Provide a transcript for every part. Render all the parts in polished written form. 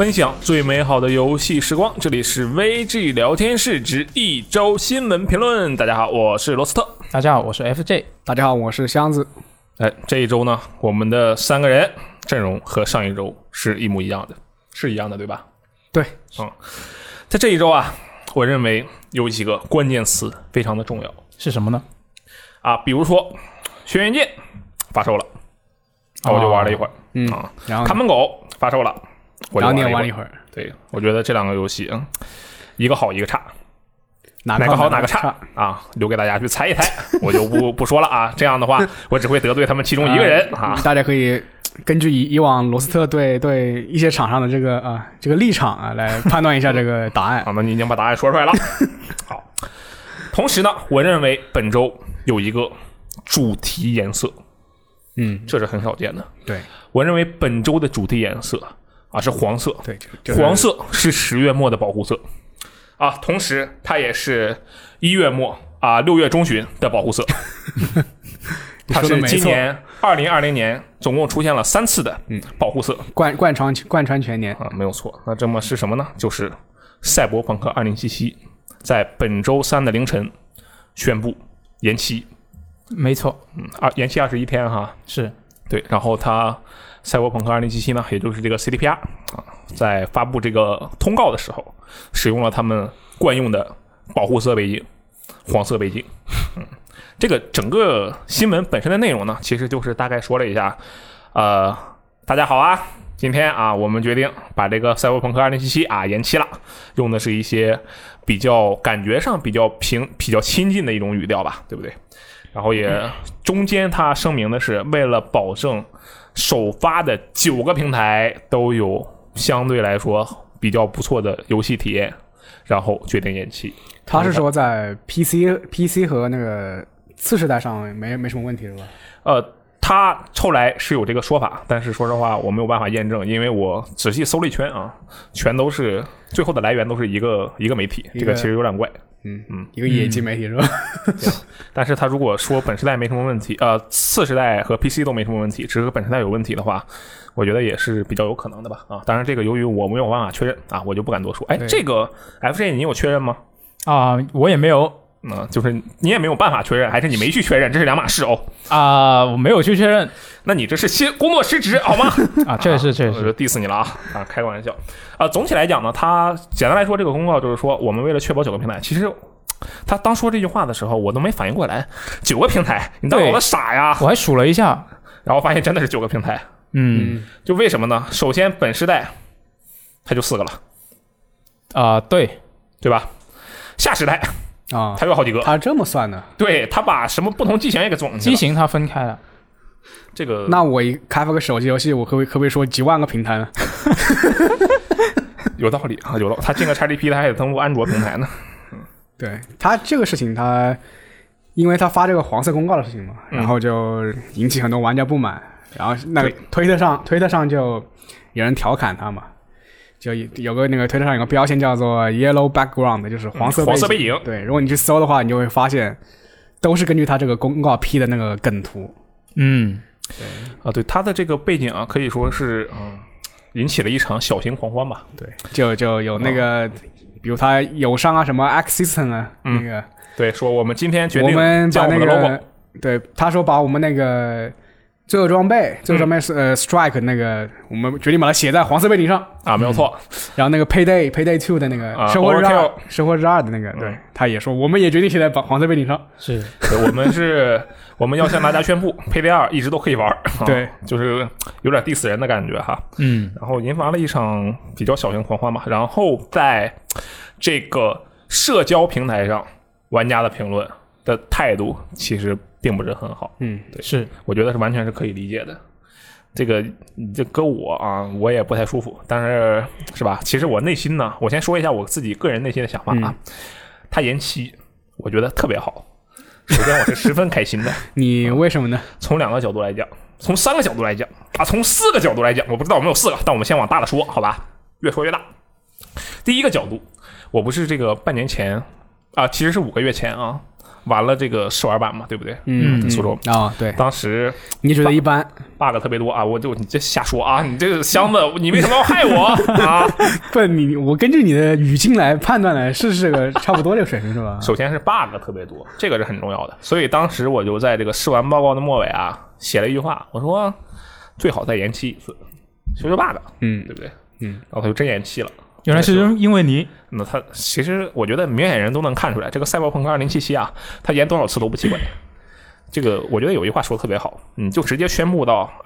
分享最美好的游戏时光，这里是 VG 聊天室之一周新闻评论。大家好，我是罗斯特。 大家好，我是 FJ。 大家好，我是箱子。 这一周呢，我们的3个人阵容和上一周是一模一样的，是一样的，对吧？ 对， 在这一周啊，我认为有几个关键词非常的重要， 是什么呢？ 比如说《轩辕剑》发售了，我就玩了一会儿。 然后看门狗发售了，我就玩了一会儿。 儿。 对，我觉得这两个游戏，一个好一个差， 哪个好哪个差啊？留给大家去猜一猜，我就不说了啊。这样的话，我只会得罪他们其中一个人啊。 大家可以根据以往罗斯特对一些厂商的这个立场啊，来判断一下这个答案。 好，那你已经把答案说出来了。好，同时呢，我认为本周有一个主题颜色，这是很少见的。 对， 我认为本周的主题颜色是黄色。 对， 黄色是10月末的保护色同时它也是1月末6月中旬的保护色。它是今年2020年总共出现了3次的保护色， 贯穿全年没有错。那这么是什么呢？就是赛博朋克2077在本周3的凌晨宣布延期。 没错， 延期21天哈。 是对，然后它赛博朋克2077呢，也就是这个 CDPR 在发布这个通告的时候，使用了他们惯用的保护色背景，黄色背景。这个整个新闻本身的内容呢，其实就是大概说了一下，大家好啊，今天我们决定把这个赛博朋克2077延期了，用的是一些感觉上比较亲近的一种语调吧，对不对？然后也中间他声明的是，为了保证首发的9个平台都有相对来说比较不错的游戏体验，然后决定延期。 他是说在 PC 和那个次世代上没什么问题是吧？ 他后来是有这个说法，但是说实话我没有办法验证，因为我仔细搜了一圈全都是最后的来源都是一个媒体，这个其实有点怪。 一个野鸡媒体是吧？ 但是他如果说本世代没什么问题，次世代和 PC 都没什么问题，只是本世代有问题的话，我觉得也是比较有可能的吧。当然这个由于我没有办法确认我就不敢多说。这个 FJ 你有确认吗？ 我也没有。 就是你也没有办法确认，还是你没去确认，这是2码事我没有去确认。 那你这是工作失职好吗？ 确实我就 diss 你了开个玩笑。总体来讲呢，他简单来说，这个公告就是说，我们为了确保9个平台，其实他当说这句话的时候，我都没反应过来，9个平台，你当我的傻呀？ 我还数了一下， 然后发现真的是9个平台。就为什么呢？首先本世代它就4个了，对吧？下时代它有好几个， 它这么算的？ 对，它把什么不同机型也给总起来了， 机型它分开了。 这个， 那我开发个手机游戏，我可不可以说几万个平台呢？ 有道理有道理。它进个 XGP 它还得登录安卓平台呢。 对，它这个事情，因为它发这个黄色公告的事情嘛，然后就引起很多玩家不满，然后那个推特上就有人调侃他嘛。就有个那个推特上有个标签叫做 yellow background， 就是黄色背景。对，如果你去搜的话，你就会发现都是根据他这个公告 P 的那个梗图。 对他的这个背景可以说是引起了一场小型狂欢吧。 对，就有那个，比如他友商什么 X System 那个， 对，说我们今天决定我们把那个 logo， 对，他说把我们那个最后装备是Strike 那个，我们决定把它写在黄色背景上没有错。 然后那个 Payday 2的那个生活之2的那个，对，他也说我们也决定写在黄色背景上。 是， 我们要向大家宣布 Payday 2一直都可以玩。 对， 就是有点 diss 人的感觉哈。然后引发了一场比较小型狂欢嘛。然后在这个社交平台上，玩家的评论的态度其实并不是很好。 对， 是， 我觉得是完全是可以理解的。这搁我我也不太舒服，但是吧？其实我内心呢，我先说一下我自己个人内心的想法它延期，我觉得特别好。首先我是十分开心的。 你为什么呢？ 从2个角度来讲，从3个角度来讲从4个角度来讲，我不知道有没有4个，但我们先往大了说，好吧？越说越大。第一个角度，我不是这个半年前其实是5个月前玩了这个试玩版嘛，对不对？苏州对， 当时你觉得一般 ，bug 特别多啊！你这瞎说啊！你这个箱子，你为什么要害我啊？ 不，我根据你的语境来判断的是这个差不多这个水平是吧？ 首先是 bug 特别多，这个是很重要的。所以当时我就在这个试玩报告的末尾啊，写了一句话，我说最好再延期一次，修 bug， 对不对？然后他就真延期了。 原来是因为你， 那他其实我觉得明眼人都能看出来，这个赛博朋克2077啊，他延多少次都不奇怪。这个我觉得有一句话说的特别好，就直接宣布到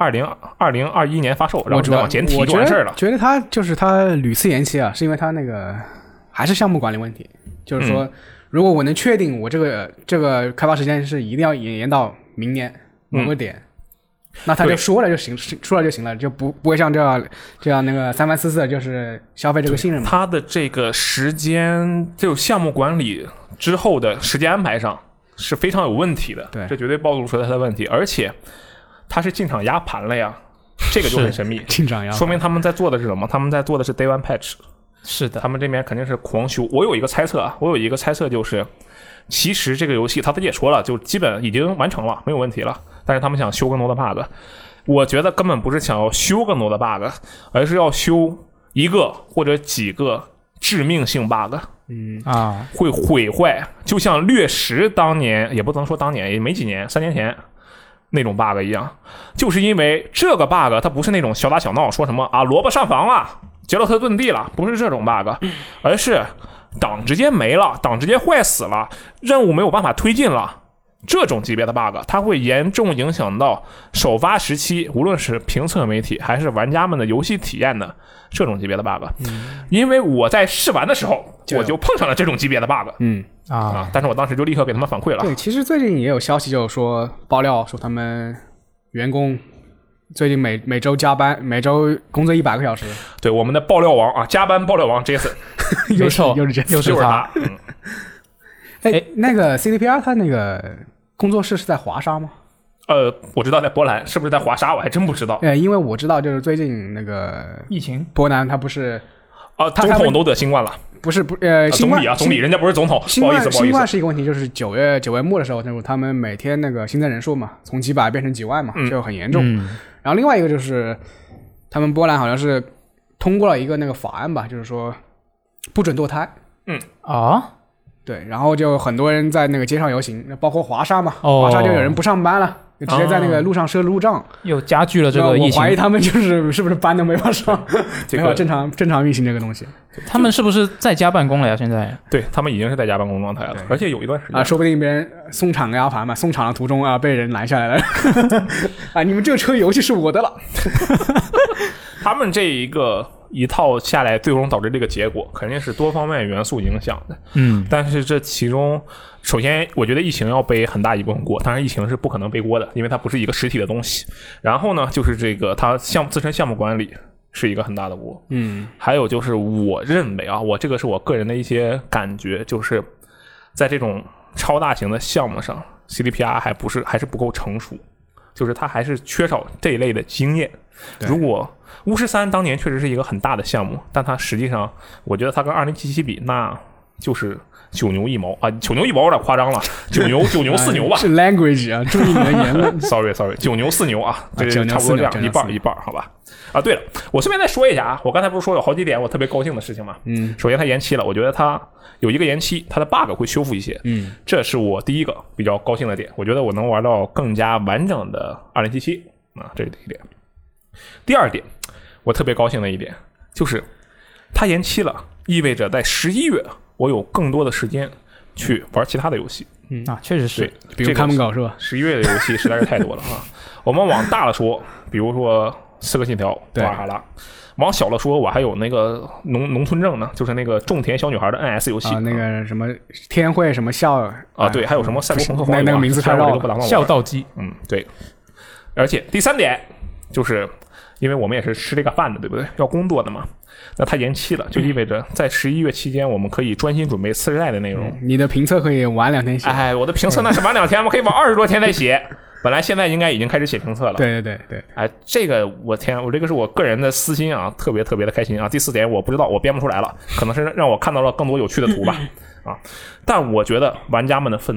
2021年发售，然后再往前提就完事儿了。 觉得他就是他屡次延期啊，是因为他那个还是项目管理问题，就是说，如果我能确定我这个开发时间是一定要延到明年某个点。那他就说了就行，就不会像这样那个三番四次就是消费这个信任嘛。 他的这个时间就项目管理之后的时间安排上是非常有问题的， 对， 这绝对暴露出来他的问题，而且他是进场压盘了呀，这个就很神秘。 进场压盘， 说明他们在做的是什么？他们在做的是 Day One Patch。 是的， 他们这边肯定是狂修。我有一个猜测就是，其实这个游戏他自己也说了，就基本已经完成了，没有问题了。但是他们想修更多的 bug， 我觉得根本不是想要修更多的 bug， 而是要修一个或者几个致命性 bug， 会毁坏，就像掠食当年，也不能说当年，也没几年，3年前那种 bug 一样。就是因为这个 bug 它不是那种小打小闹，说什么啊萝卜上房了，杰洛特遁地了，不是这种 bug， 而是档直接没了，档直接坏死了，任务没有办法推进了。这种级别的 bug 它会严重影响到首发时期无论是评测媒体还是玩家们的游戏体验的这种级别的 bug，因为我在试玩的时候我就碰上了这种级别的 bug，但是我当时就立刻给他们反馈了。 对，其实最近也有消息就是说爆料说他们员工最近每周加班，每周工作100个小时。 对，我们的爆料王啊，加班爆料王 Jason， 没错， 又是他。 那个 CDPR 他那个工作室是在华沙吗？ 我知道在波兰，是不是在华沙我还真不知道。 因为我知道就是最近那个疫情， 波兰他不是总统都得新冠了。 不是总理人家不是总统，不好意思。 新冠是一个问题，就是9月末的时候，他们每天那个新增人数嘛，从几百变成几万嘛，就很严重。然后另外一个就是他们波兰好像是通过了一个那个法案吧，就是说不准堕胎。对，然后就很多人在那个街上游行，包括华沙嘛，华沙就有人不上班了，就直接在那个路上设路障， 又加剧了这个疫情。 我怀疑他们是不是班都没法上，没法正常运行这个东西。 他们是不是在家办公了呀？现在？ 对，他们已经是在家办公状态了，而且有一段时间说不定别人送厂压盘嘛，送厂的途中被人拦下来了，你们这个车游戏是我的了。 他们这一套下来，最终导致这个结果肯定是多方面元素影响的。但是这其中，首先我觉得疫情要背很大一部分锅，当然疫情是不可能背锅的，因为它不是一个实体的东西。然后呢，就是这个它自身项目管理是一个很大的锅。还有就是我认为啊，这个是我个人的一些感觉，就是在这种超大型的项目上 ，CDPR 还是不够成熟，就是它还是缺少这一类的经验。如果巫师3当年确实是一个很大的项目，但它实际上，我觉得它跟2077比，那就是9牛1毛啊，9牛1毛有点夸张了，9牛4牛吧。 是 language 啊，注意你的言论。 sorry，9牛4牛啊，这差不多这样，一半，好吧。对了，我顺便再说一下啊，我刚才不是说有好几点我特别高兴的事情吗？首先它延期了，我觉得它有一个延期，它的 bug 会修复一些。这是我第一个比较高兴的点，我觉得我能玩到更加完整的2077啊，这是第一点。第二点，我特别高兴的一点就是它延期了，意味着在11月我有更多的时间去玩其他的游戏。 确实是， 比如看门狗是吧 ？11月的游戏实在是太多了啊。我们往大了说，比如说《刺客信条》、瓦尔哈拉；往小了说，我还有那个农村证呢，就是那个种田小女孩的 NS 游戏那个什么天会什么校对，还有什么赛博朋克荒野， 那个名字太绕了， 孝道机。 对。而且第三点就是。因为我们也是吃这个饭的，对不对？要工作的嘛。那它延期了，就意味着在11月期间，我们可以专心准备次世代的内容。 你的评测可以晚2天写。 我的评测那是晚2天，我可以晚20多天再写。本来现在应该已经开始写评测了。 对。 这个我天，我这个是我个人的私心啊，特别特别的开心啊。第4点我不知道，我编不出来了，可能是让我看到了更多有趣的图吧。但我觉得玩家们的愤怒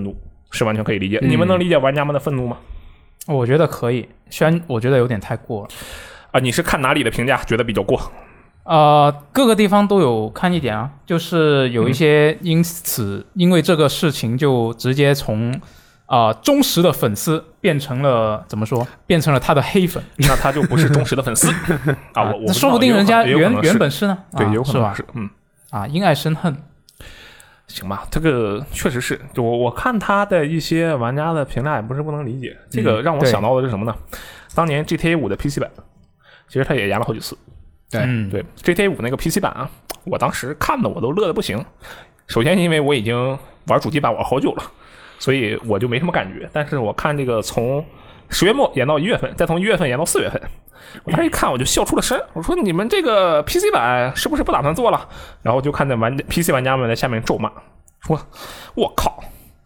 是完全可以理解。你们能理解玩家们的愤怒吗？ 我觉得可以，虽然我觉得有点太过了。 啊，你是看哪里的评价觉得比较过？ 各个地方都有看一点啊，就是有一些因为这个事情就直接从忠实的粉丝变成了怎么说？变成了他的黑粉， 那他就不是忠实的粉丝啊！ 那说不定人家原本是呢， 对，有可能是吧？ 因爱生恨， 行吧，这个确实是，就我看他的一些玩家的评价也不是不能理解。这个让我想到的是什么呢？当年 GTA 5的 PC 版，其实他也延了好几次。对，GTA 5那个 PC 版啊，我当时看的我都乐得不行。首先因为我已经玩主机版玩好久了，所以我就没什么感觉。但是我看这个从10月末延到1月份，再从1月份延到4月份，我当时一看我就笑出了声，我说你们这个 PC 版是不是不打算做了？然后就看见PC 玩家们在下面咒骂，说我靠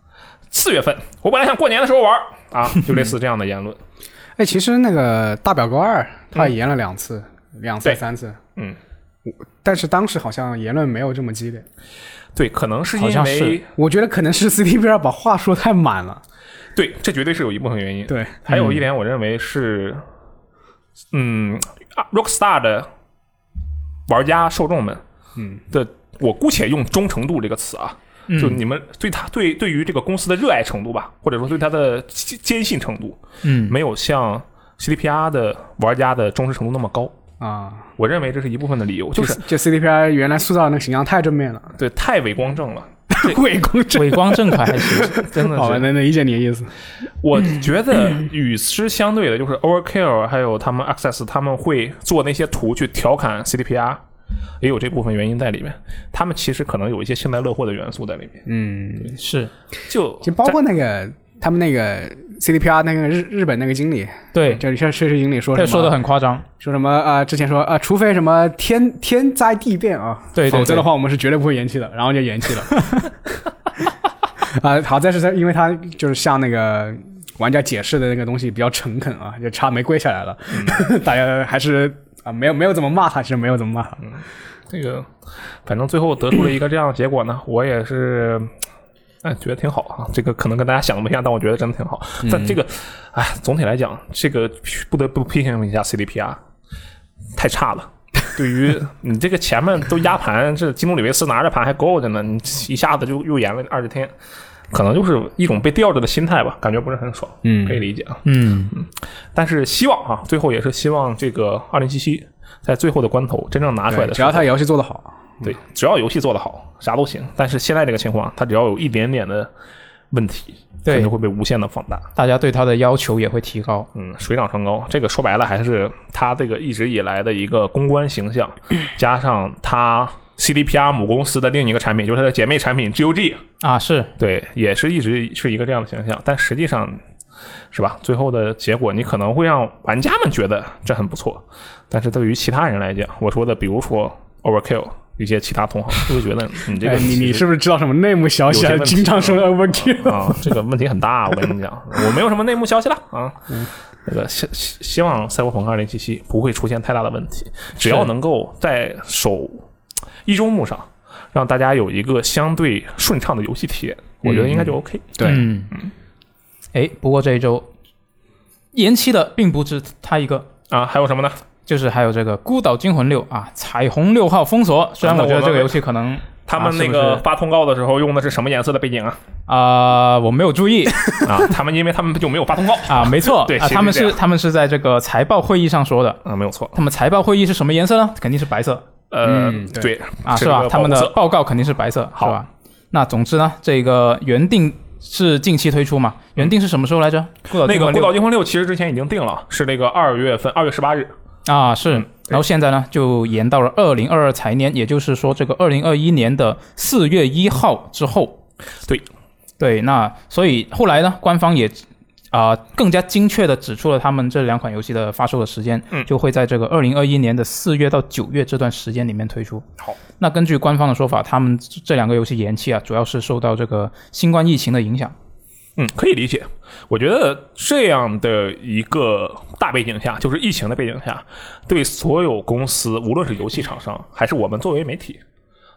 ，4月份我本来想过年的时候玩啊，就类似这样的言论。 其实那个大表哥2他也延了2次。2次3次，但是当时好像言论没有这么激烈。 对，可能是因为我觉得可能是 CDPR 把话说太满了。 对，这绝对是有一部分原因。 对， 还有一点，我认为是，Rockstar 的玩家受众们，的，我姑且用忠诚度这个词啊，就你们对于这个公司的热爱程度吧，或者说对他的坚信程度，没有像 CDPR 的玩家的忠实程度那么高。我认为这是一部分的理由，就是这 CDPR 原来塑造的那个形象太正面了， 对，太伪光正了， 伪光正可还行， 真的是。 好，能理解你的意思。 我觉得与之相对的，就是 Overkill 还有他们 Access 他们会做那些图去调侃 CDPR， 也有这部分原因在里面。他们其实可能有一些幸灾乐祸的元素在里面。 是， 就包括那个他们那个 CDPR 那个日本那个经理， 对， 这设计经理说什么？ 说的很夸张， 说什么之前说除非什么天灾地变啊， 对， 否则的话我们是绝对不会延期的，然后就延期了。好在是因为他就是向那个玩家解释的那个东西比较诚恳啊，就差没跪下来了。大家还是没有怎么骂他，其实没有怎么骂他。 这个反正最后得出了一个这样的结果呢，我也是。觉得挺好啊，这个可能跟大家想的不一样，但我觉得真的挺好。但这个，总体来讲，这个不得不批评一下 CDPR， 太差了。对于你这个前面都压盘，这基努里维斯拿着盘还够着呢，你一下子就又延了20天，可能就是一种被吊着的心态吧，感觉不是很爽。可以理解啊。但是希望啊，最后也是希望这个2077在最后的关头真正拿出来的时候， 只要他游戏做得好。 对，只要游戏做得好，啥都行。但是现在这个情况，它只要有一点点的问题， 对， 就会被无限的放大， 大家对它的要求也会提高。 水涨船高。这个说白了还是它这个一直以来的一个公关形象，加上它 CDPR 母公司的另一个产品，就是它的姐妹产品 GOG 啊，是对，也是一直是一个这样的形象。但实际上，是吧？最后的结果，你可能会让玩家们觉得这很不错，但是对于其他人来讲，我说的，比如说 Overkill。一些其他同行就会觉得你这个你是不是知道什么内幕消息啊？经常说 Overkill 啊，这个问题很大。我跟你讲，我没有什么内幕消息了啊。这个希望赛博朋克2077不会出现太大的问题，只要能够在首一周目上让大家有一个相对顺畅的游戏体验，我觉得应该就 OK。 对， 不过这一周延期的并不止它一个啊，还有什么呢？ 就是还有这个《孤岛惊魂6》啊，彩虹6号封锁。虽然我觉得这个游戏可能他们那个发通告的时候用的是什么颜色的背景啊？我没有注意啊，因为他们就没有发通告啊，没错， 对啊，他们是在这个财报会议上说的啊，没有错。 他们财报会议是什么颜色呢？肯定是白色。 对啊，是吧？他们的报告肯定是白色，好吧？那总之呢，这个原定是近期推出嘛？原定是什么时候来着？ 那个《孤岛惊魂6》其实之前已经定了，是那个2月18日。 啊，是，然后现在呢就延到了2022财年，也就是说这个2021年的4月1号之后。对，那所以后来呢，官方也更加精确的指出了他们这2款游戏的发售的时间，就会在这个2021年的4月到9月这段时间里面推出。 好， 那根据官方的说法，他们这2个游戏延期啊，主要是受到这个新冠疫情的影响。 可以理解。我觉得这样的一个大背景下，就是疫情的背景下，对所有公司，无论是游戏厂商还是我们作为媒体，对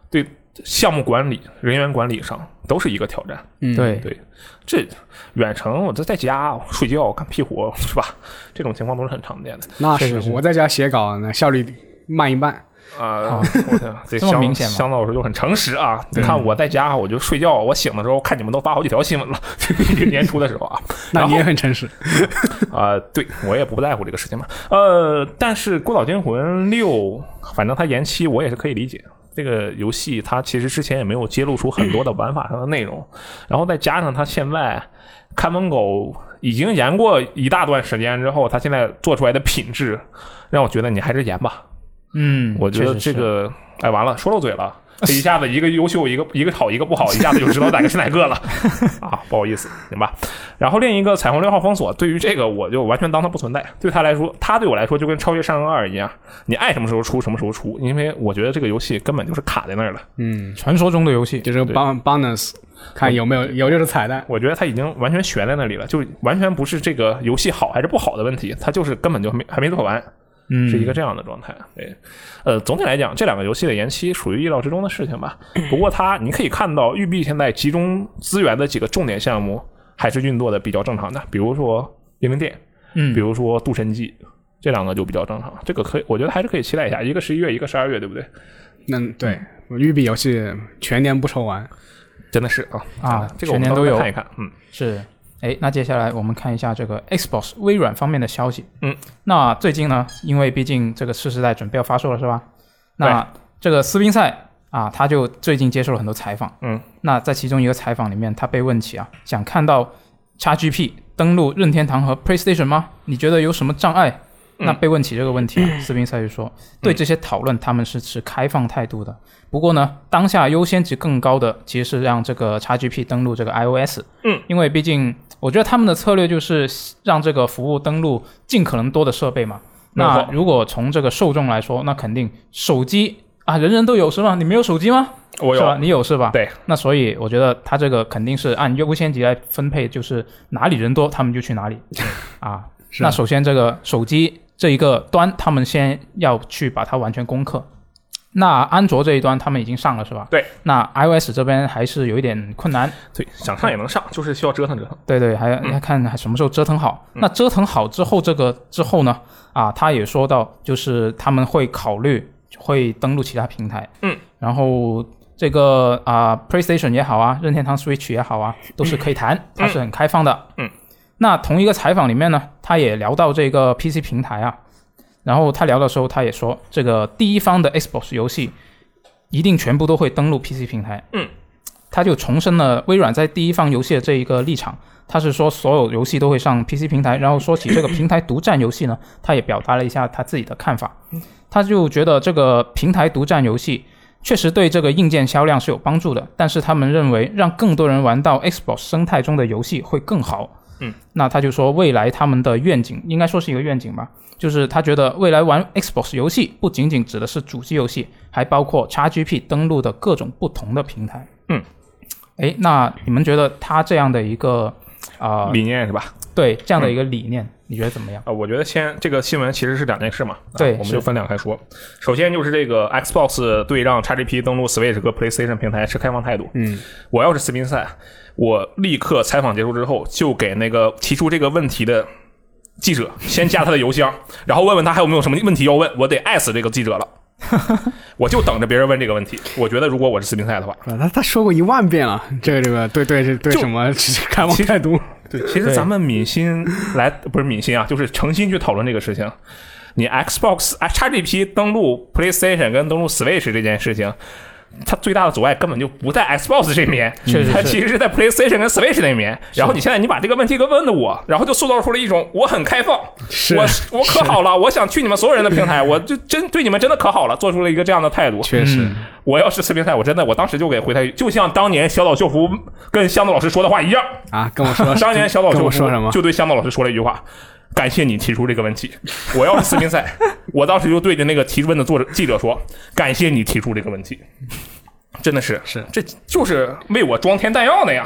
项目管理、人员管理上都是一个挑战。 对， 这远程我在家睡觉干屁活是吧？这种情况都是很常见的。 那是我在家写稿呢，效率慢一半。 这么明显吗？ 香老师就很诚实啊！你看我在家，我就睡觉，我醒的时候看你们都发好几条新闻了，年初的时候啊。 那你也很诚实对我也不在乎这个事情嘛。但是《孤岛惊魂6》，反正它延期我也是可以理解。这个游戏它其实之前也没有揭露出很多的玩法上的内容，然后再加上它现在看门狗已经延过一大段时间之后，它现在做出来的品质，让我觉得你还是延吧。我觉得这个完了说漏嘴了，这一下子一个优秀一个好一个不好，一下子就知道哪个是哪个了啊，不好意思，行吧。然后另一个彩虹6号封锁，对于这个我就完全当它不存在，对他来说，他对我来说就跟超越山河2一样，你爱什么时候出什么时候出，因为我觉得这个游戏根本就是卡在那儿了。 传说中的游戏就是bonus，看有没有就是彩蛋。 我觉得它已经完全悬在那里了，就完全不是这个游戏好还是不好的问题，它就是根本就还没做完。是一个这样的状态。对，总体来讲，这两个游戏的延期属于意料之中的事情吧。不过你可以看到，育碧现在集中资源的几个重点项目还是运作的比较正常的，比如说英灵殿，比如说渡神记，这两个就比较正常。这个我觉得还是可以期待一下，一个11月，一个12月，对不对？ 对，育碧游戏全年不愁完， 真的是这个我们全年都有看一看。 是。那接下来我们看一下这个 Xbox 微软方面的消息。那最近呢，因为毕竟这个次世代准备要发售了，是吧？那这个斯宾塞他就最近接受了很多采访。那在其中一个采访里面，他被问起想看到 XGP 登陆任天堂和 PlayStation 吗？你觉得有什么障碍？那被问起这个问题斯宾塞就说，对这些讨论他们是持开放态度的。不过呢，当下优先级更高的其实是让这个 XGP 登陆这个 iOS。因为毕竟我觉得他们的策略就是让这个服务登陆尽可能多的设备嘛。那如果从这个受众来说，那肯定手机人人都有是吧？你没有手机吗？ 我有， 是吧？你有是吧？ 对。 那所以我觉得他这个肯定是按优先级来分配，就是哪里人多他们就去哪里那首先这个手机这一个端，他们先要去把它完全攻克。那安卓这一端他们已经上了是吧？ 对。 那 iOS 这边还是有一点困难。 对，想上也能上，就是需要折腾折腾。 对，还看什么时候折腾好。那折腾好之后，之后呢？他也说到，就是他们会考虑会登陆其他平台。然后这个PlayStation 也好任天堂 Switch 也好都是可以谈，它是很开放的。那同一个采访里面呢，他也聊到这个 PC 平台然后他聊的时候，他也说，这个第一方的 Xbox 游戏一定全部都会登陆 PC 平台。他就重申了微软在第一方游戏的这一个立场，他是说所有游戏都会上 PC 平台。然后说起这个平台独占游戏呢，他也表达了一下他自己的看法。他就觉得这个平台独占游戏确实对这个硬件销量是有帮助的，但是他们认为让更多人玩到 Xbox 生态中的游戏会更好。那他就说未来他们的愿景应该说是一个愿景吧，就是他觉得未来玩 Xbox 游戏不仅仅指的是主机游戏，还包括 XGP 登陆的各种不同的平台。那你们觉得他这样的一个理念是吧？ 对，这样的一个理念，你觉得怎么样？ 我觉得这个新闻其实是两件事嘛。 对， 我们就分两开说。首先就是这个 Xbox 对让 XGP 登陆 Switch 和 PlayStation 平台持开放态度。我要是斯宾塞，我立刻采访结束之后就给那个提出这个问题的记者先加他的邮箱，然后问问他还有没有什么问题要问，我得爱死这个记者了。我就等着别人问这个问题。我觉得如果我是斯宾塞的话， 他说过10000遍了，这个对什么开放态度？ 对，其实咱们不是扪心就是诚心去讨论这个事情。你 Xbox XGP 登陆 PlayStation 跟登陆 Switch 这件事情，它最大的阻碍根本就不在 Xbox 这边，它其实是在 PlayStation 跟 Switch 那边。然后你现在把这个问题给问的我，然后就塑造出了一种我很开放，我可好了，我想去你们所有人的平台，我就对你们真的可好了，做出了一个这样的态度。 确实， 我要是斯宾塞，我当时就给回他，就像当年小岛秀夫跟香豆老师说的话一样跟我说， 当年小岛秀夫说什么？ 就对香豆老师说了一句话。感谢你提出这个问题。我要是斯宾塞，我当时就对着那个提问的记者说，感谢你提出这个问题。真的是，这就是为我装填弹药的呀。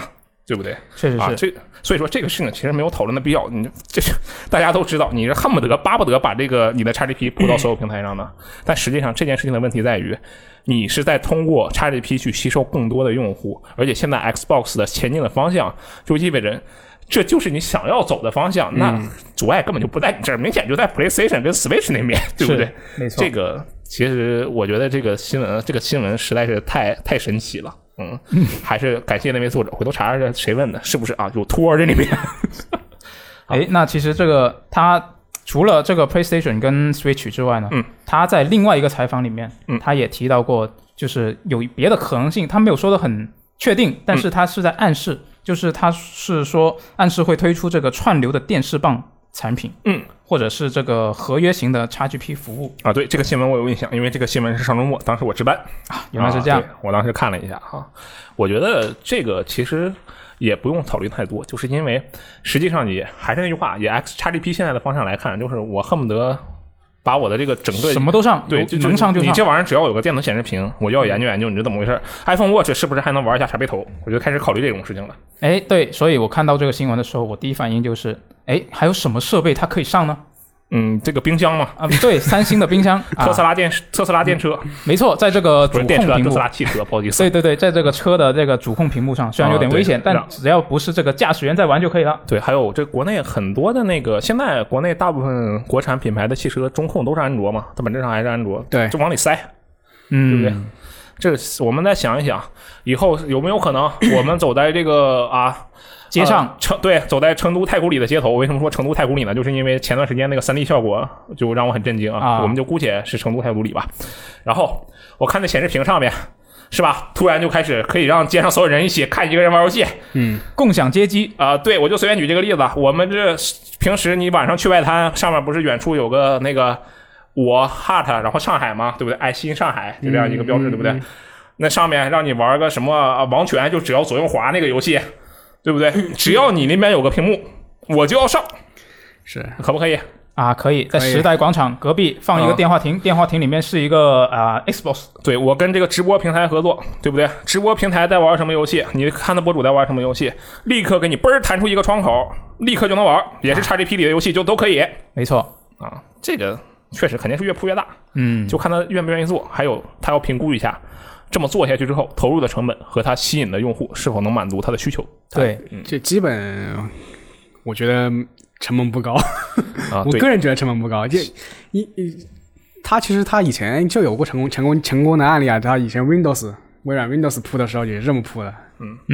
对不对？ 是是是。 啊，所以说这个事情其实没有讨论的必要。这是大家都知道，你是恨不得巴不得把这个你的 XGP 铺到所有平台上的，但实际上这件事情的问题在于，你是在通过 XGP 去吸收更多的用户，而且现在 Xbox 的前进的方向就意味着。这就是你想要走的方向，那阻碍根本就不在你这儿，明显就在 PlayStation 跟 Switch 那边，对不对？ 没错。 这个其实我觉得这个新闻实在是太神奇了，还是感谢那位作者，回头查查谁问的，是不是啊？有托这里面。 那其实这个他除了这个 PlayStation 跟 Switch 之外呢，他在另外一个采访里面，他也提到过，就是有别的可能性，他没有说的很确定，但是他是在暗示。就是他是说暗示会推出这个串流的电视棒产品，或者是这个合约型的 XGP 服务啊。对，这个新闻我有印象，因为这个新闻是上周末，当时我值班啊，原来是这样。 我当时看了一下哈，我觉得这个其实也不用考虑太多，就是因为实际上也还是那句话，以 XGP 现在的方向来看，就是我恨不得。把我的这个整个什么都上， 对， 能上就上。 你这玩意儿只要有个电子显示屏，我就要研究研究你是怎么回事。iPhone Watch 是不是还能玩一下茶杯头？我就开始考虑这种事情了。 对，所以我看到这个新闻的时候，我第一反应就是，还有什么设备它可以上呢？ 这个冰箱嘛， 对，三星的冰箱， 特斯拉电车， 没错，在这个主控屏幕， 特斯拉汽车，不好意思， 对，在这个车的这个主控屏幕上，虽然有点危险，但只要不是这个驾驶员在玩就可以了。 对，还有这国内很多的那个，现在国内大部分国产品牌的汽车中控都是安卓嘛，它本质上还是安卓， 对， 就往里塞，对不对？这个我们再想一想，以后有没有可能我们走在这个街上， 走在成都太古里的街头。为什么说成都太古里呢？就是因为前段时间那个 3D 效果就让我很震惊啊。我们就姑且是成都太古里吧。然后我看那显示屏上面，是吧？突然就开始可以让街上所有人一起看一个人玩游戏， 共享街机对，我就随便举这个例子。我们这平时你晚上去外滩，上面不是远处有个那个我 Heart， 然后上海嘛，对不对？爱心上海就这样一个标志，对不对？那上面让你玩个什么王权，就只要左右滑那个游戏。对不对？只要你那边有个屏幕，我就要上， 是可不可以可以在时代广场隔壁放一个电话亭，电话亭里面是一个Xbox。 对，我跟这个直播平台合作，对不对？直播平台在玩什么游戏，你看的博主在玩什么游戏，立刻给你嘣弹出一个窗口，立刻就能玩，也是 XGP 里的游戏就都可以。 没错这个确实肯定是越铺越大，就看他愿不愿意做，还有他要评估一下。这么做下去之后，投入的成本和他吸引的用户是否能满足他的需求？ 对， 这基本我觉得成本不高。我个人觉得成本不高。他其实他以前就有过成功的案例啊。他以前微软 Windows 铺的时候也是这么铺的。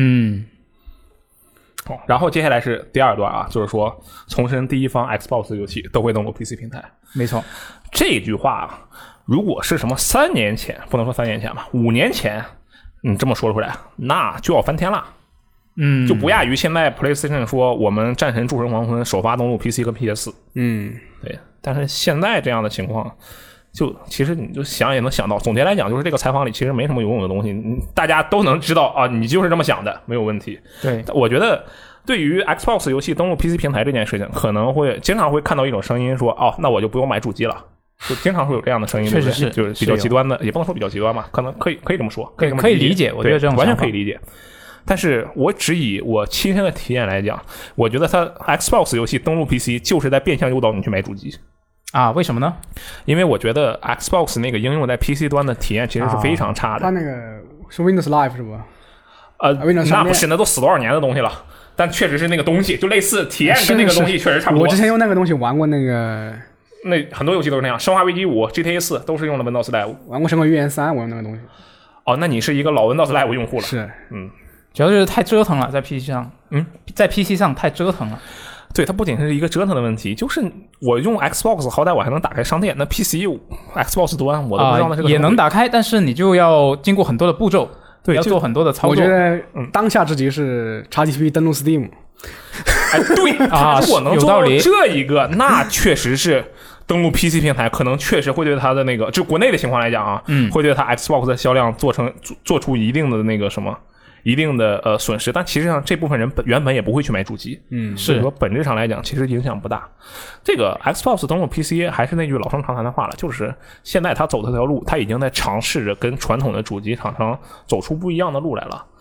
然后接下来是第二段就是说重申第一方 Xbox 游戏都会登陆 PC 平台。 没错， 这句话如果是什么3年前，不能说3年前吧，5年前，你这么说出来，那就要翻天了。就不亚于现在 PlayStation 说我们战神诸神黄昏首发登陆 PC 和 PS。对。但是现在这样的情况，就其实你就想也能想到。总结来讲，就是这个采访里其实没什么有用的东西，大家都能知道你就是这么想的，没有问题。 对， 我觉得对于 Xbox 游戏登陆 PC 平台这件事情，可能会经常会看到一种声音说，那我就不用买主机了。就经常会有这样的声音， 确实是， 就是比较极端的，也不能说比较极端吧，可能可以这么说， 可以理解，我觉得这种完全可以理解。但是我只以我亲身的体验来讲，我觉得它 Xbox 游戏登陆 PC 就是在变相诱导你去买主机为什么呢？ 因为我觉得 Xbox 那个应用在 PC 端的体验其实是非常差的。 它那个是 Windows Live 是吧那不是，那都死多少年的东西了。但确实是那个东西，就类似体验跟那个东西确实差不多。 我之前用那个东西玩过那个。 那很多游戏都是那样，生化危机5 GTA 4都是用的 Windows Live。 玩过生化预言3，我用那个东西。 那你是一个老 Windows Live 用户了。 是， 主要就是太折腾了，在 PC 上。在 PC 上太折腾了。 对，它不仅是一个折腾的问题，就是我用 Xbox 好歹我还能打开商店，那 PC Xbox 端我都不知道那是个也能打开，但是你就要经过很多的步骤， 对， 要做很多的操作。 我觉得当下之急是 XGP 登陆 Steam。 对如果能做到这一个，那确实是登陆 PC 平台，可能确实会对它的那个，就国内的情况来讲会对它 Xbox 的销量做出一定的那个什么。一定的损失，但其实上这部分人原本也不会去买主机，所以说本质上来讲其实影响不大。这个 Xbox 登陆 PC 还是那句老生常谈的话了，就是现在他走这条路，他已经在尝试着跟传统的主机厂商走出不一样的路来了。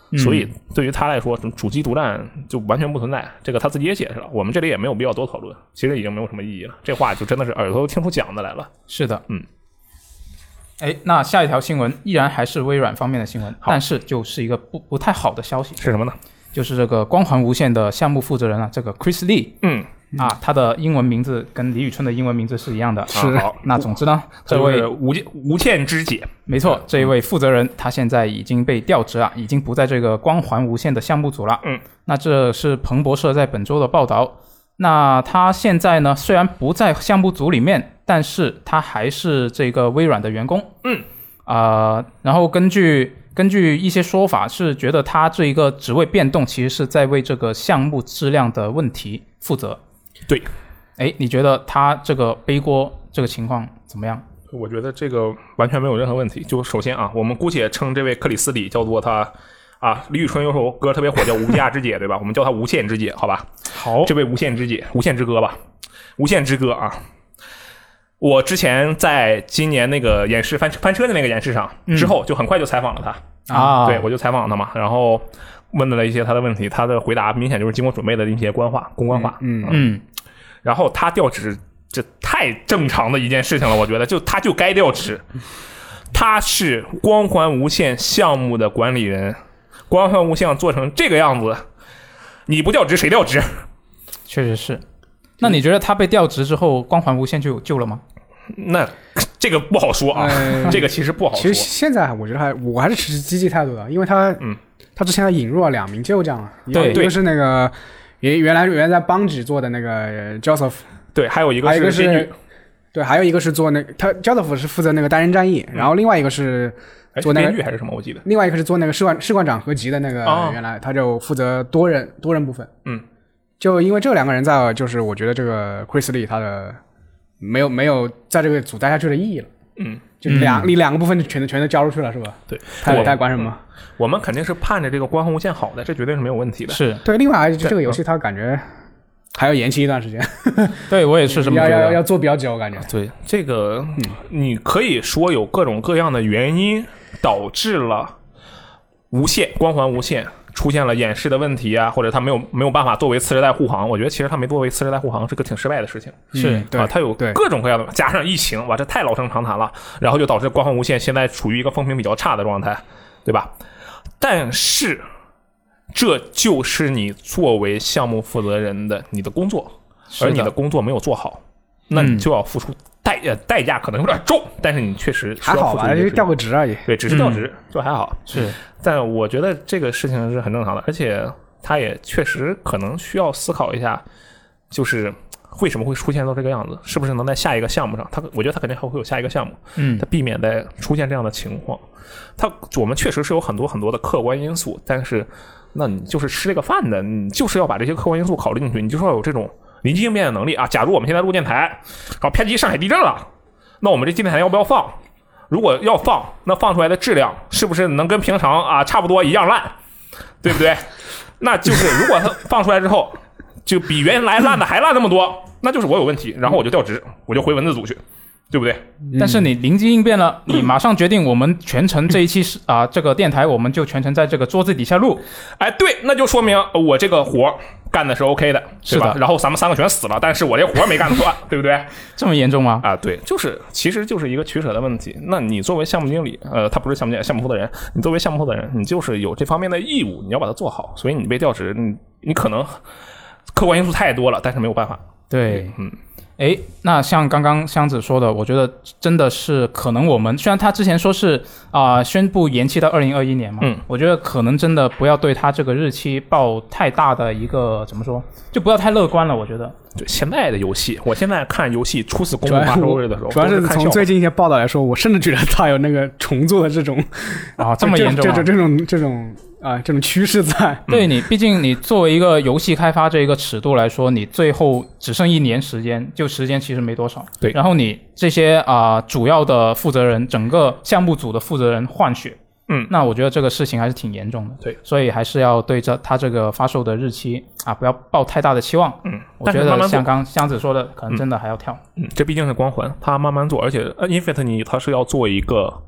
所以对于他来说，主机独占就完全不存在。这个他自己也解释了，我们这里也没有必要多讨论，其实已经没有什么意义了。这话就真的是耳朵都听出讲的来了。 是的，那下一条新闻依然还是微软方面的新闻，但是就是一个不太好的消息。 是什么呢？ 就是这个光环无限的项目负责人这个 Chris Lee，他的英文名字跟李宇春的英文名字是一样的。 是， 好，那总之呢，这位无限之姐， 没错，这一位负责人他现在已经被调职已经不在这个光环无限的项目组了。那这是彭博社在本周的报道。那他现在呢，虽然不在项目组里面，但是他还是这个微软的员工。然后根据一些说法是觉得他这一个职位变动其实是在为这个项目质量的问题负责。 对， 你觉得他这个背锅这个情况怎么样？ 我觉得这个完全没有任何问题。就首先我们姑且称这位克里斯里叫做他李宇春有首歌特别火叫《无价之姐》，对吧？我们叫他无限之姐，好吧？ 好， 这位无限之姐，无限之歌吧，无限之歌我之前在今年那个演示翻车的那个演示上之后，就很快就采访了他对，我就采访他嘛，然后问了一些他的问题，他的回答明显就是经过准备的一些公关话。然后他调职，这太正常的一件事情了，我觉得他就该调职。他是光环无限项目的管理人，光环无限做成这个样子，你不调职谁调职？ 确实是。那你觉得他被调职之后，光环无限就有救了吗？ 那这个不好说这个其实不好说。 其实现在我觉得我还是持积极态度的，因为他之前引入了2名旧将对， 一个是那个原来在邦吉做的那个 Joseph， 对，还有一个是对，还有一个是做那个他 Joseph 是负责那个单人战役，然后另外一个是做那个编剧还是什么，我记得。 另外一个是做那个士官长合集的那个，原来他就负责多人部分。就因为这2个人在，就是我觉得这个 Chris Lee 他的没有在这个组待下去的意义了。就你2个部分全都交出去了，是吧？ 对， 他管什么？ 我们肯定是盼着这个光环无限好的，这绝对是没有问题的。 是对，另外这个游戏他感觉还要延期一段时间。 对，我也是这么觉得， 要做比较久，我感觉。 对，这个你可以说有各种各样的原因导致了光环无限出现了演示的问题或者他没有办法作为次世代护航。我觉得其实他没作为次世代护航是个挺失败的事情。 是对他有各种各样的，加上疫情，哇，这太老生常谈了。然后就导致光环无限现在处于一个风评比较差的状态，对吧？但是这就是你作为项目负责人的你的工作，而你的工作没有做好，那你就要付出代价可能有点重，但是你确实需要付出。 还好吧，就调个职而已。 对，只是调职，就还好。 是， 但我觉得这个事情是很正常的，而且他也确实可能需要思考一下，就是为什么会出现到这个样子，是不是能在下一个项目上，我觉得他肯定还会有下一个项目，他避免再出现这样的情况。我们确实是有很多很多的客观因素，但是那你就是吃这个饭的，你就是要把这些客观因素考虑进去，你就是要有这种临机应变的能力假如我们现在录电台，好，啪叽上海地震了，那我们这电台要不要放？如果要放，那放出来的质量是不是能跟平常差不多一样烂，对不对？那就是如果它放出来之后就比原来烂的还烂那么多，那就是我有问题，然后我就调职，我就回文字组去，对不对？ 但是你灵机应变了，你马上决定我们全程这一期这个电台我们就全程在这个桌子底下录。对，那就说明我这个活干的是 OK 的，对吧？然后咱们3个全死了，但是我这活没干错，对不对？ 这么严重吗？ 对，其实就是一个取舍的问题。那你作为项目经理，他不是项目负责人，你作为项目负责人，你就是有这方面的义务，你要把它做好。所以你被调职，你可能客观因素太多了，但是没有办法。 对，那像刚刚箱子说的，我觉得真的是可能我们虽然他之前说是宣布延期到2021年嘛，我觉得可能真的不要对他这个日期抱太大的一个怎么说，就不要太乐观了。我觉得对现在的游戏，我现在看游戏初次公布发售日的时候， 主要是从最近一些报道来说，我甚至觉得他有那个重做的这种这么严重这种趋势在。 对，你毕竟你作为一个游戏开发这一个尺度来说，你最后只剩1年时间，就时间其实没多少。 对， 然后你这些主要的负责人，整个项目组的负责人换血，那我觉得这个事情还是挺严重的。 对， 所以还是要对他这个发售的日期不要抱太大的期望。我觉得像刚箱子说的，可能真的还要跳。 这毕竟是光环，他慢慢做，而且 Infinite 他是要做一个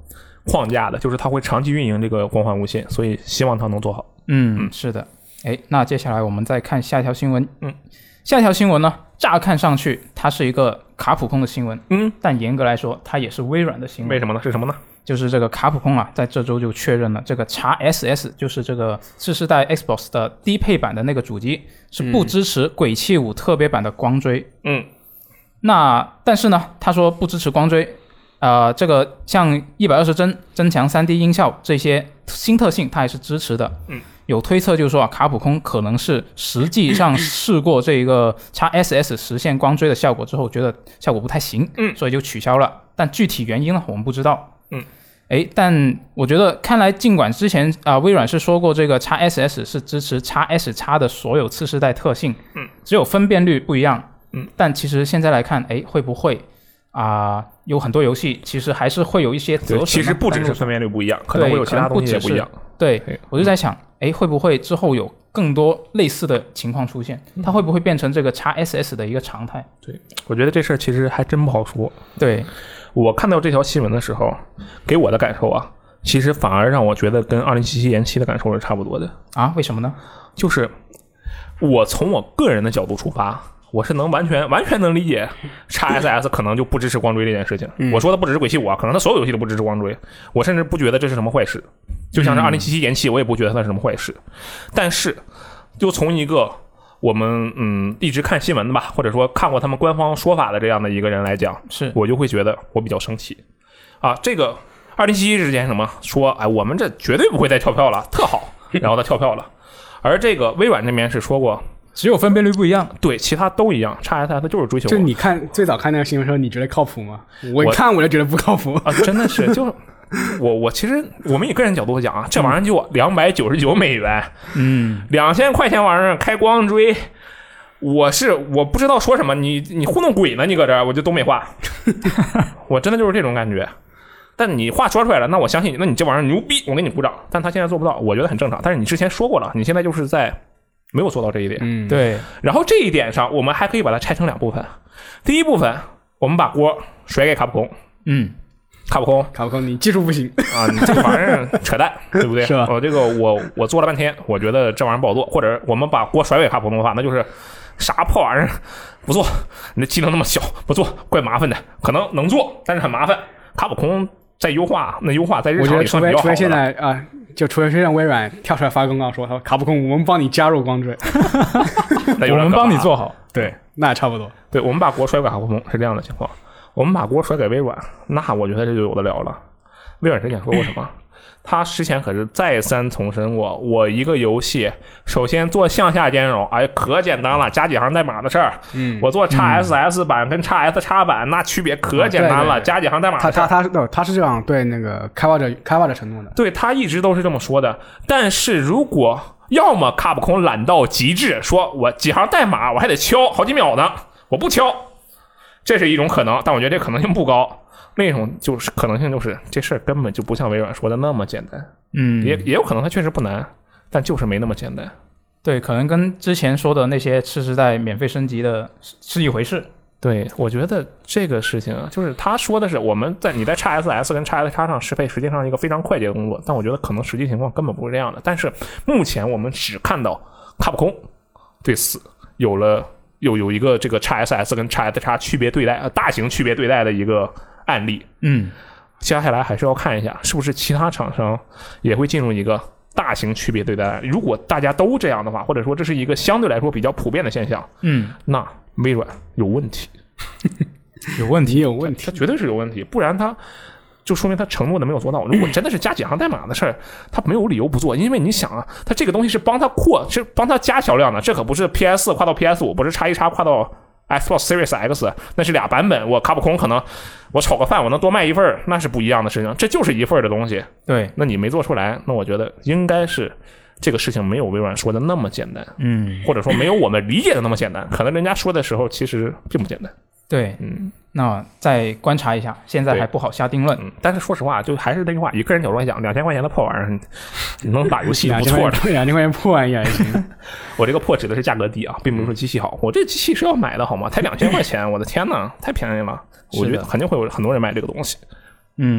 框架的，就是它会长期运营这个光环无限，所以希望它能做好。 是的。那接下来我们再看下一条新闻。下一条新闻呢，乍看上去它是一个卡普空的新闻，但严格来说它也是微软的新闻。 为什么呢？是什么呢？ 就是这个卡普空啊，在这周就确认了这个 XSS， 就是这个次世代 Xbox 的低配版的那个主机是不支持鬼泣5特别版的光追。但是呢，他说不支持光追。这个像120帧增强 3D 音效这些新特性，它也是支持的。有推测就是说卡普空可能是实际上试过这个 XSS 实现光追的效果之后，觉得效果不太行，所以就取消了。但具体原因呢，我们不知道。但我觉得看来，尽管之前微软是说过这个 XSS 是支持 XS 的所有次世代特性，只有分辨率不一样，但其实现在来看，会不会有很多游戏其实还是会有一些折损。 其实不只是分辨率不一样，可能会有其他东西也不一样。 对，我就在想，会不会之后有更多类似的情况出现？它会不会变成这个 XSS 的一个常态？ 对，我觉得这事儿其实还真不好说。 对， 我看到这条新闻的时候，给我的感受其实反而让我觉得跟2077延期的感受是差不多的。 为什么呢？ 就是我从我个人的角度出发，我是能完全能理解 XSS 可能就不支持光追这件事情。我说的不只是鬼泣5可能它所有游戏都不支持光追，我甚至不觉得这是什么坏事。就像是2077延期，我也不觉得它是什么坏事。但是就从一个我们一直看新闻的吧，或者说看过他们官方说法的这样的一个人来讲，我就会觉得我比较生气这个2077之前什么说我们这绝对不会再跳票了，特好，然后他跳票了。而这个微软这边是说过只有分辨率不一样， 对，其他都一样。XSS 就是追求。 就你看最早看那个新闻时候，你觉得靠谱吗？我看我就觉得不靠谱真的是就我其实我们以个人角度讲这玩意儿就$299， 嗯 ，2000块钱玩意儿开光追，我不知道说什么，你糊弄鬼呢？你搁这儿我就东北话，我真的就是这种感觉。但你话说出来了，那我相信你，那你这玩意儿牛逼，我给你鼓掌。但他现在做不到，我觉得很正常。但是你之前说过了，你现在就是在没有做到这一点。 对。 然后这一点上，我们还可以把它拆成两部分。第一部分，我们把锅甩给卡普空。卡普空， 你技术不行啊！你这个玩意儿扯淡，对不对？ 是吧？ 我做了半天，我觉得这玩意儿不好做，或者我们把锅甩给卡普空的话，那就是啥破玩意儿不做，你的机能那么小，不做怪麻烦的，可能能做，但是很麻烦。卡普空在优化，那优化在日常里算比较好的了。 除非现在就除非让微软跳出来发公告说，卡普空，我们帮你加入光追， 我们帮你做好， 对，那也差不多。 对，我们把锅甩给卡普空是这样的情况。我们把锅甩给微软，那我觉得这就有的聊了。微软之前说过什么？他之前可是再三重申过，我一个游戏首先做向下兼容，可简单了，加几行代码的事儿。我做 XSS 版跟 XSX 版那区别可简单了，加几行代码的事儿。 他是这样对那个开发者承诺的。 对，他一直都是这么说的。但是如果要么卡普空懒到极致，说我几行代码我还得敲好几秒呢，我不敲。这是一种可能，但我觉得这可能性不高。另一种就是可能性就是这事儿根本就不像微软说的那么简单。也有可能它确实不难，但就是没那么简单。 对，可能跟之前说的那些次世代免费升级的是一回事。 对，我觉得这个事情就是他说的是你在 XSS 跟 XSX 上适配实际上一个非常快捷的工作，但我觉得可能实际情况根本不是这样的。但是目前我们只看到卡普空对此有一个这个 XSS 跟 XSX 区别对待，大型区别对待的一个案例。接下来还是要看一下是不是其他厂商也会进入一个大型区别对待。如果大家都这样的话，或者说这是一个相对来说比较普遍的现象，那微软有问题。 有问题， 它绝对是有问题，不然它就说明他承诺的没有做到。如果真的是加几行代码的事儿，他没有理由不做。因为你想他这个东西是帮他加销量的，这可不是 PS4 跨到 PS5， 不是X1跨到 Xbox Series X， 那是俩版本。我卡普空可能我炒个饭我能多卖一份，那是不一样的事情。这就是一份的东西。 对， 那你没做出来，那我觉得应该是这个事情没有微软说的那么简单。或者说没有我们理解的那么简单，可能人家说的时候其实并不简单。 对，那再观察一下，现在还不好下定论。 但是说实话，就还是那句话，以个人角度来讲，2000块钱的破玩意儿，你能打游戏不错的。 2000块钱破玩意儿也行。 我这个破指的是价格低啊，并不是说机器好。我这机器是要买的好吗？才2000块钱，我的天哪，太便宜了！我觉得肯定会有很多人买这个东西。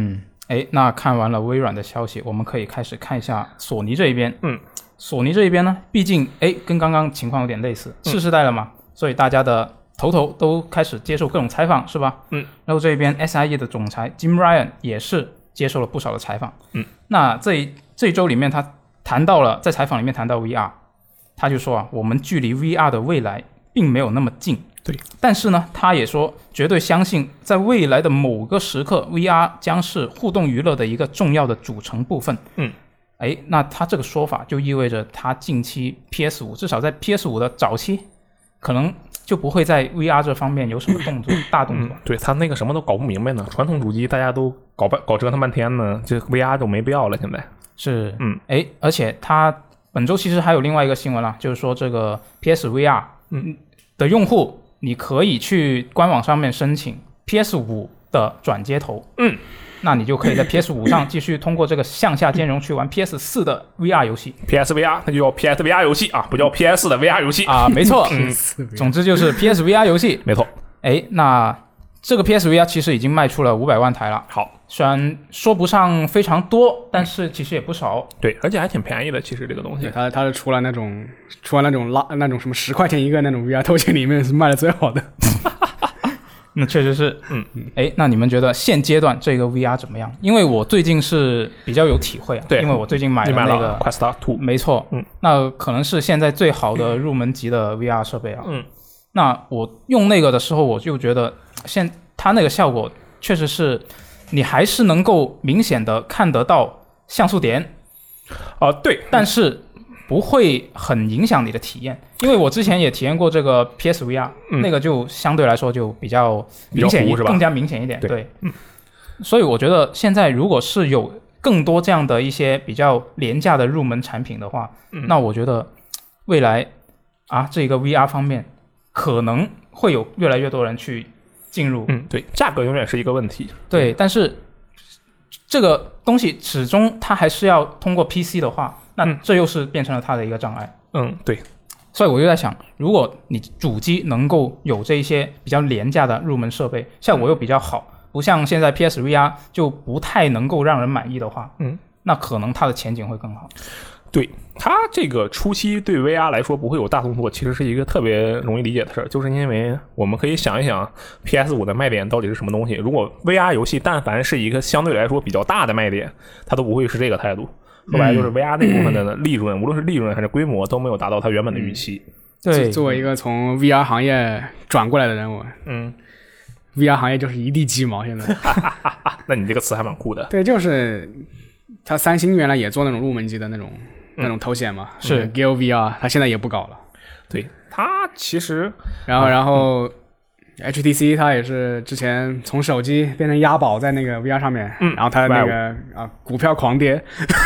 那看完了微软的消息，我们可以开始看一下索尼这一边。索尼这一边呢，毕竟跟刚刚情况有点类似，次世代了嘛，所以大家的头都开始接受各种采访，是吧？然后这边 SIE 的总裁 Jim Ryan 也是接受了不少的采访。那这一周里面他谈到了，在采访里面谈到 VR， 他就说我们距离 VR 的未来并没有那么近。 对， 但是呢，他也说绝对相信在未来的某个时刻 VR 将是互动娱乐的一个重要的组成部分。那他这个说法就意味着他近期 PS5 至少在 PS5 的早期可能就不会在 VR 这方面有什么动作大动作。 对，他那个什么都搞不明白呢，传统主机大家都搞折腾半天呢，这 VR 就没必要了现在。 是，而且他本周其实还有另外一个新闻啦，就是说这个 PSVR 的用户你可以去官网上面申请 PS5 的转接头，那你就可以在 PS5 上继续通过这个向下兼容去玩 PS4 的 VR 游戏。 PSVR 它就叫 PSVR 游戏啊，不叫 PS 的 VR 游戏啊，没错。总之就是 PSVR 游戏， 没错。 那这个 PSVR 其实已经卖出了500万台了。 好， 虽然说不上非常多，但是其实也不少。 对，而且还挺便宜的。其实这个东西， 它是除了那种那种什么10块钱一个那种 VR 头显里面是卖的最好的。 那确实是，那你们觉得现阶段这个 VR 怎么样？因为我最近是比较有体会啊， 对， 因为我最近买了那个 Quest 2， 没错，那可能是现在最好的入门级的 VR 设备啊。那我用那个的时候，我就觉得它那个效果确实是，你还是能够明显的看得到像素点， 对， 但是不会很影响你的体验，因为我之前也体验过这个 PSVR，那个就相对来说就比较明显一点，更加明显一点。对，所以我觉得现在如果是有更多这样的一些比较廉价的入门产品的话，那我觉得未来这个 VR 方面可能会有越来越多人去进入。 对，价格永远是一个问题。 对，但是这个东西始终它还是要通过 PC 的话，那这又是变成了它的一个障碍。 对。 所以我就在想，如果你主机能够有这一些比较廉价的入门设备，效果又比较好，不像现在 PSVR 就不太能够让人满意的话，那可能它的前景会更好。 对，它这个初期对 VR 来说不会有大动作，其实是一个特别容易理解的事儿，就是因为我们可以想一想 PS5 的卖点到底是什么东西。如果 VR 游戏但凡是一个相对来说比较大的卖点，它都不会是这个态度。说白了就是 VR 那部分的利润，无论是利润还是规模都没有达到它原本的预期。 对， 作为一个从 VR 行业转过来的人，VR 行业就是一地鸡毛现在。 那你这个词还蛮酷的。 对，就是他三星原来也做那种入门级的那种头显嘛， 是 Gear VR， 他现在也不搞了。 对，他其实然后HTC 它也是之前从手机变成押宝在那个 VR 上面，然后它那个股票狂跌，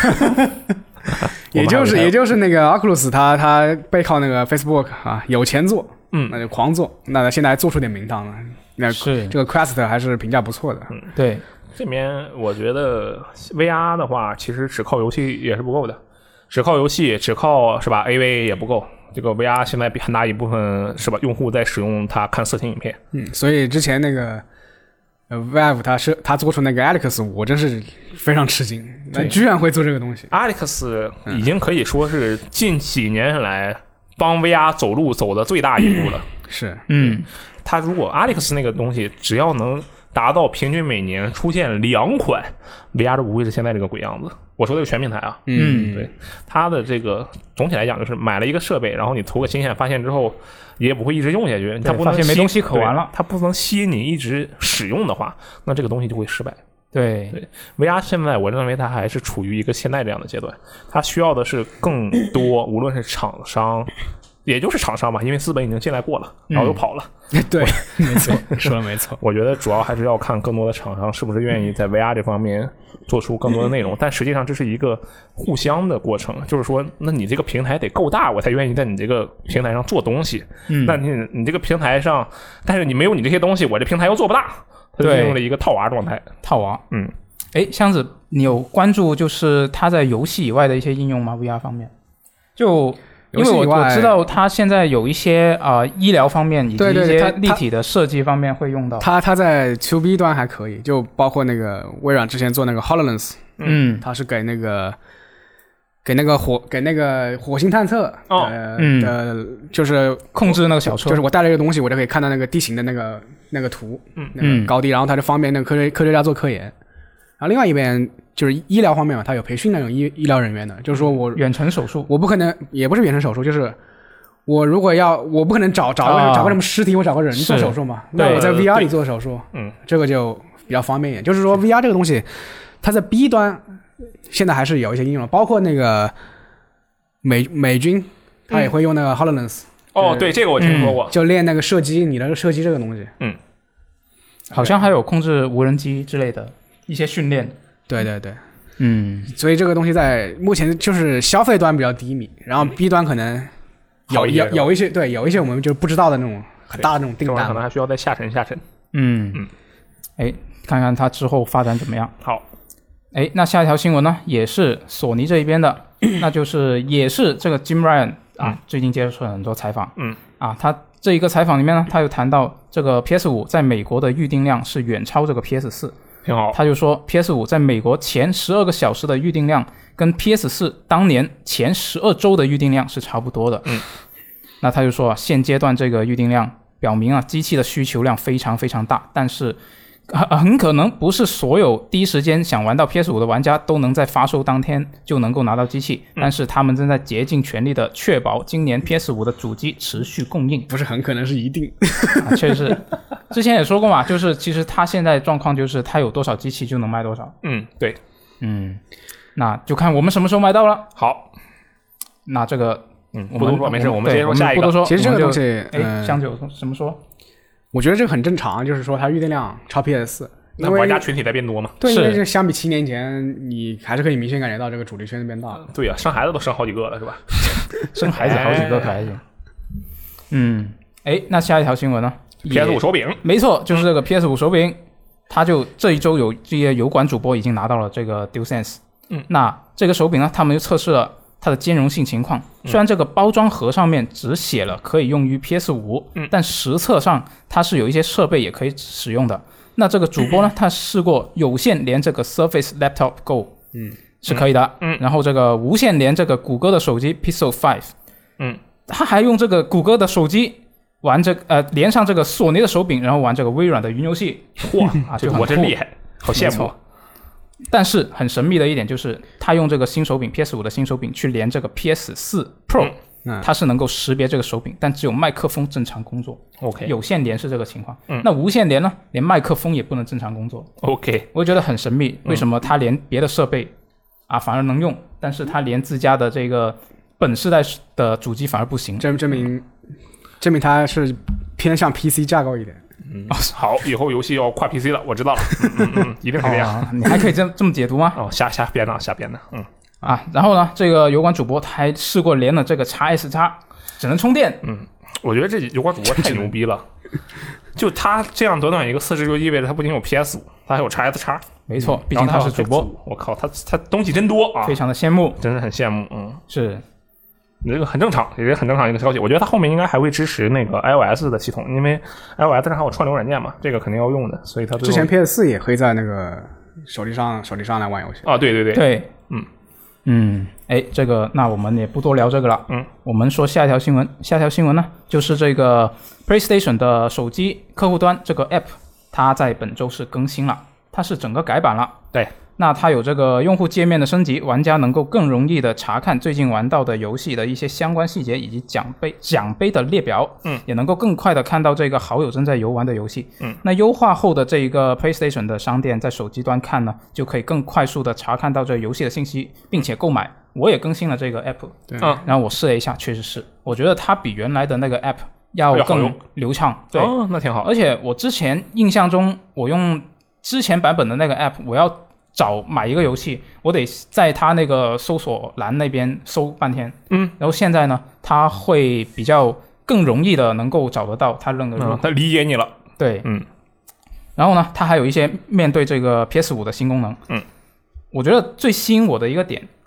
也就是那个 Oculus 它背靠那个 Facebook 有钱做，那就狂做，那现在还做出点名堂了。那是这个 Quest 还是评价不错的。 对， 这边我觉得 VR 的话，其实只靠游戏也是不够的，只靠游戏只靠是吧 AV 也不够。这个 VR 现在很大一部分是吧，用户在使用它看色情影片。 所以之前那个Valve 他做出那个 Alex， 我真是非常吃惊，居然会做这个东西。 Alex 已经可以说是近几年来帮 VR 走路走的最大一步了。 是， 他如果 Alex 那个东西只要能达到平均每年出现2款 VR 都不会是现在这个鬼样子。我说的是全平台啊，对，它的这个总体来讲就是买了一个设备，然后你图个新鲜发现之后，也不会一直用下去，它不能发现没东西可玩了， 它不能吸引你一直使用的话，那这个东西就会失败。 对 VR 现在我认为它还是处于一个现在这样的阶段，它需要的是更多，无论是厂商。也就是厂商吧，因为资本已经进来过了，然后又跑了。 对，没错，说的没错。 我觉得主要还是要看更多的厂商是不是愿意在 VR 这方面做出更多的内容，但实际上这是一个互相的过程，就是说，那你这个平台得够大，我才愿意在你这个平台上做东西。那你这个平台上，但是你没有你这些东西，我这平台又做不大，它就进入了一个套娃状态。 套娃，箱子，你有关注就是它在游戏以外的一些应用吗 ？VR 方面，就。 因为我知道它现在有一些医疗方面以及一些立体的设计方面会用到。 它在 To B 端还可以，就包括那个微软之前做那个 HoloLens， 它是给那个火星探测的就是控制那个小车， 就是我带了一个东西，我就可以看到那个地形的那个图，那个高低，然后它就方便那个科学家做科研。然后另外一边就是医疗方面嘛，它有培训那种医疗人员的，就是说我远程手术， 我不可能，也不是远程手术，就是我如果我不可能找个什么尸体，我找个人做手术嘛，那我在 VR 里做手术，这个就比较方便一点。就是说 VR 这个东西，它在 B 端现在还是有一些应用，包括那个美军，他也会用那个 HoloLens。 对，这个我听说过， 就练那个射击，你的射击这个东西。 好像还有控制无人机之类的一些训练。 对，所以这个东西在目前就是消费端比较低迷，然后 B 端可能有一些我们就不知道的那种很大的那种订单， 可能还需要再下沉。 看看它之后发展怎么样。 好， 那下一条新闻呢，也是索尼这一边的，那就是也是这个 Jim Ryan 最近接受了很多采访，他这一个采访里面呢，他有谈到这个 PS5 在美国的预订量是远超这个 PS4。 挺好， 他就说 PS5 在美国前12个小时的预订量跟 PS4 当年前12周的预订量是差不多的。那他就说现阶段这个预订量表明机器的需求量非常非常大，但是很可能不是所有第一时间想玩到 PS5 的玩家都能在发售当天就能够拿到机器，但是他们正在竭尽全力的确保今年 PS5 的主机持续供应。 不是很可能，是一定。 确实是，之前也说过嘛，就是其实他现在状况就是他有多少机器就能卖多少。 对， 那就看我们什么时候买到了。 好， 那这个不多说，没事，我们直接说下一个。 不多说， 其实这个东西， 香九怎么说？ 我觉得这个很正常，就是说它预订量超 PS4， 那玩家群体在变多嘛？ 对，因为这相比7年前，你还是可以明显感觉到这个主力圈子变大了。 对呀，生孩子都生好几个了，是吧？ 生孩子好几个可还行。那下一条新闻呢 ？PS5 手柄， 没错，就是这个 PS5 手柄，它就这一周有这些油管主播已经拿到了这个 DualSense。那这个手柄呢，他们就测试了它的兼容性情况，虽然这个包装盒上面只写了可以用于 PS5，但实测上它是有一些设备也可以使用的。那这个主播呢，他试过有线连这个 Surface Laptop Go，是可以的。然后这个无线连这个谷歌的手机 Pixel 5，他还用这个谷歌的手机玩连上这个索尼的手柄，然后玩这个微软的云游戏。 哇，这我真厉害，好羡慕。 但是很神秘的一点就是，他用这个新手柄 PS5 的新手柄去连这个 PS4 Pro，它是能够识别这个手柄，但只有麦克风正常工作。 OK， 有线连是这个情况。那无线连呢，连麦克风也不能正常工作。 OK， 我觉得很神秘，为什么他连别的设备反而能用，但是他连自家的这个本世代的主机反而不行？ 证明它是偏向 PC 架构一点。 好，以后游戏要跨 PC 了，我知道了。一定是这样。 你还可以这么解读吗？ 瞎编的。 然后呢，这个油管主播他还试过连了这个 XS 叉，只能充电。 我觉得这油管主播太牛逼了。就他这样短短一个4G就意味着他不仅有 PS5，他还有 XS 叉。 没错，毕竟他是主播。 我靠，他东西真多啊！ 非常的羡慕， 真是很羡慕。 是。 这个很正常，也是很正常一个消息。我觉得它后面应该还会支持那个 iOS 的系统，因为 iOS 上还有串流软件嘛，这个肯定要用的，所以它之前 PS4 也可以在那个手机上来玩游戏。 对，这个那我们也不多聊这个了。我们说下一条新闻。下一条新闻呢，就是这个 PlayStation 的手机客户端这个 App， 它在本周是更新了，它是整个改版了。 对。 那它有这个用户界面的升级，玩家能够更容易的查看最近玩到的游戏的一些相关细节以及奖杯的列表，也能够更快的看到这个好友正在游玩的游戏。那优化后的这一个 PlayStation 的商店在手机端看呢，就可以更快速的查看到这游戏的信息，并且购买。我也更新了这个 App， 然后我试了一下，确实是，我觉得它比原来的那个 App 要更流畅。对， 那挺好。 而且我之前印象中，我用之前版本的那个 App， 我要买一个游戏，我得在它那个搜索栏那边搜半天。然后现在呢，它会比较更容易的能够找得到，它认得住， 它理解你了。 对，然后呢，它还有一些面对这个 PS5 的新功能。我觉得最吸引我的一个点，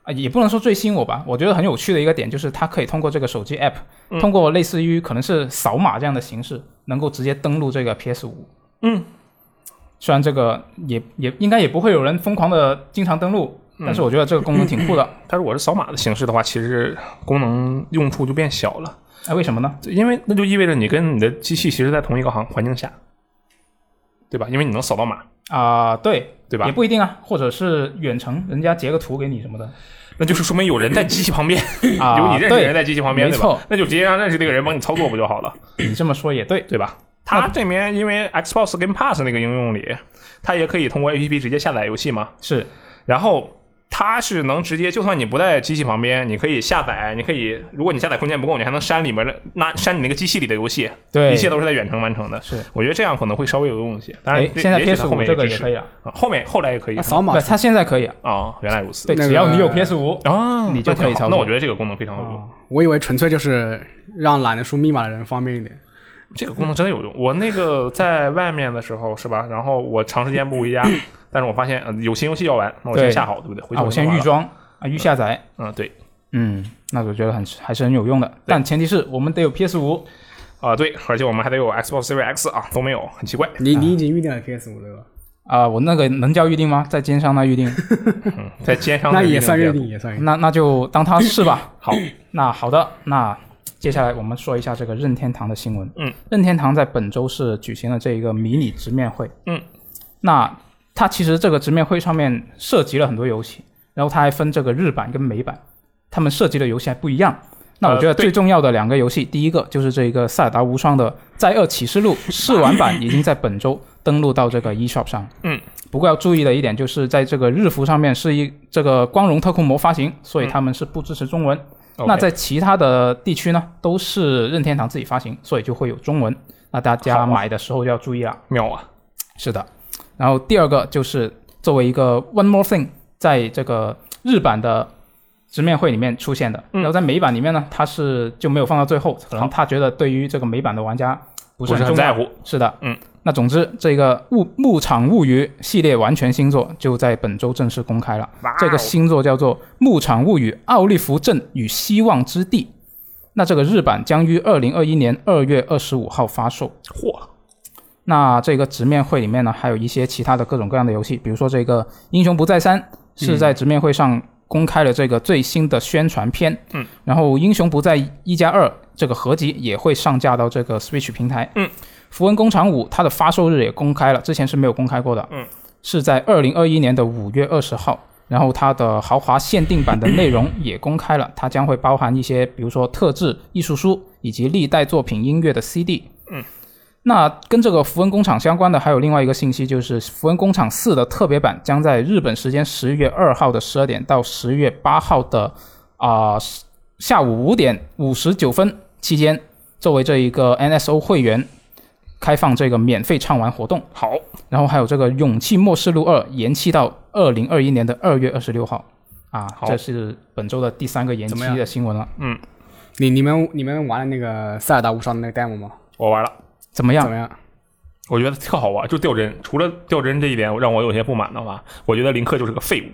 也不能说最吸引我吧，我觉得很有趣的一个点就是它可以通过这个手机 app，通过类似于可能是扫码这样的形式，能够直接登录这个 PS5。虽然这个也应该也不会有人疯狂的经常登录，但是我觉得这个功能挺酷的。 但如果是扫码的形式的话，其实功能用处就变小了。 为什么呢？ 因为那就意味着你跟你的机器其实在同一个环境下，对吧？因为你能扫到码对吧？ 也不一定啊，或者是远程人家截个图给你什么的， 那就是说明有人在机器旁边，有你认识的人在机器旁边， 没错， 对吧？那就直接让认识这个人帮你操作不就好了？ 你这么说也对， 对吧？它这边因为 Xbox Game Pass 那个应用里，它也可以通过 APP 直接下载游戏嘛。 是， 然后它是能直接，就算你不在机器旁边，你可以下载，你可以，如果你下载空间不够，你还能删里面的删你那个机器里的游戏。 对， 一切都是在远程完成的。 是， 我觉得这样可能会稍微有用一些。当然， 现在 PS5 这个也可以啊， 后来也可以扫码， 它现在可以啊。原来如此。 对，只要你有 PS5 啊， 你就可以操作。 那我觉得这个功能非常有用。 我以为纯粹就是让懒得输密码的人方便一点。 这个功能真的有用。我那个在外面的时候是吧？然后我长时间不回家，但是我发现有新游戏要玩，那我先下好，对不对？回头我先预装预下载。 对。 那我觉得还是很有用的，但前提是我们得有 PS5 对，而且我们还得有 Xbox Series X 都没有，很奇怪。 你已经预定了 PS5 对吧？ 我那个能叫预定吗？在奸商那预定？ 在奸商那也算预定，也算预定。 那就当它是吧。 好， 好的，那接下来我们说一下这个任天堂的新闻。任天堂在本周是举行了这一个迷你直面会。那它其实这个直面会上面涉及了很多游戏，然后它还分这个日版跟美版，他们涉及的游戏还不一样。那我觉得最重要的两个游戏，第一个就是这个《塞尔达无双》的《灾厄启示录》试玩版已经在本周登录到这个 eShop 上。不过要注意的一点就是在这个日服上面是这个光荣特库摩发行，所以他们是不支持中文。那在其他的地区呢，都是任天堂自己发行，所以就会有中文。那大家买的时候就要注意了。 妙啊！ 是的。然后第二个就是作为一个 One More Thing， 在这个日版的直面会里面出现的。然后在美版里面呢，他就没有放到最后，可能他觉得对于这个美版的玩家不是很在乎。 是的。那总之，这个牧场物语系列完全新作就在本周正式公开了。这个新作叫做《牧场物语：奥利弗镇与希望之地》。那这个日版将于2021年2月25号发售。那这个直面会里面呢，还有一些其他的各种各样的游戏，比如说这个《英雄不再3》是在直面会上公开了这个最新的宣传片。然后《英雄不再1+2》这个合集也会上架到这个 Switch 平台。符文工厂5它的发售日也公开了，之前是没有公开过的。是在2021年的5月20号。然后它的豪华限定版的内容也公开了，它将会包含一些比如说特制艺术书以及历代作品音乐的 CD。那跟这个符文工厂相关的还有另外一个信息，就是符文工厂4的特别版将在日本时间10月2号的12点到10月8号的下午5点59分期间，作为这一个 NSO 会员开放这个免费畅玩活动。 好， 然后还有这个《勇气末世录2》延期到2021年的2月26号。这是本周的第3个延期的新闻了。 你们玩了那个塞尔达无双的那个 demo 吗？ 我玩了。 怎么样？ 我觉得特好玩，就掉帧。除了掉帧这一点让我有些不满的话，我觉得林克就是个废物。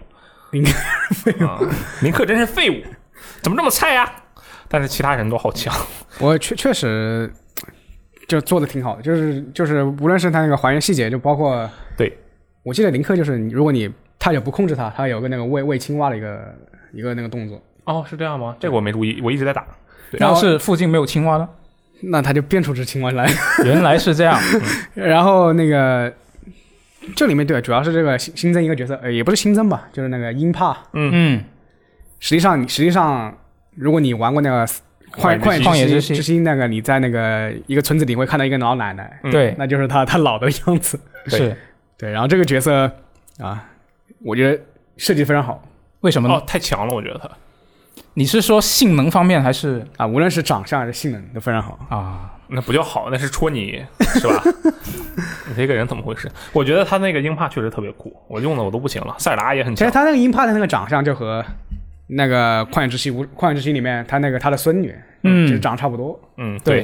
林克真是废物，怎么这么菜呀？但是其他人都好强。 我确实就做的挺好的，就是无论是他那个还原细节，就包括对， 我记得林克就是如果你太久不控制他有个那个喂青蛙的一个那个动作。 是这样吗？这个我没注意，我一直在打。 然后是附近没有青蛙呢？ 那他就变出只青蛙来。 原来是这样。 然后那个这里面对，主要是这个新增一个角色，也不是新增吧，就是那个鹰帕。实际上如果你玩过那个旷野之息那个，你在那个一个村子里会看到一个老奶奶。 对， 那就是他老的样子。 是。 对，然后这个角色我觉得设计非常好。 为什么呢？ 太强了，我觉得他。 你是说性能方面还是无论是长相还是性能都非常好那不叫好，那是戳你是吧？你这个人怎么回事？我觉得他那个鹰帕确实特别酷，我用的我都不行了。塞尔达也很强。 其实他那个鹰帕的那个长相就和那个旷野之息里面他的孙女其实长得差不多。 对。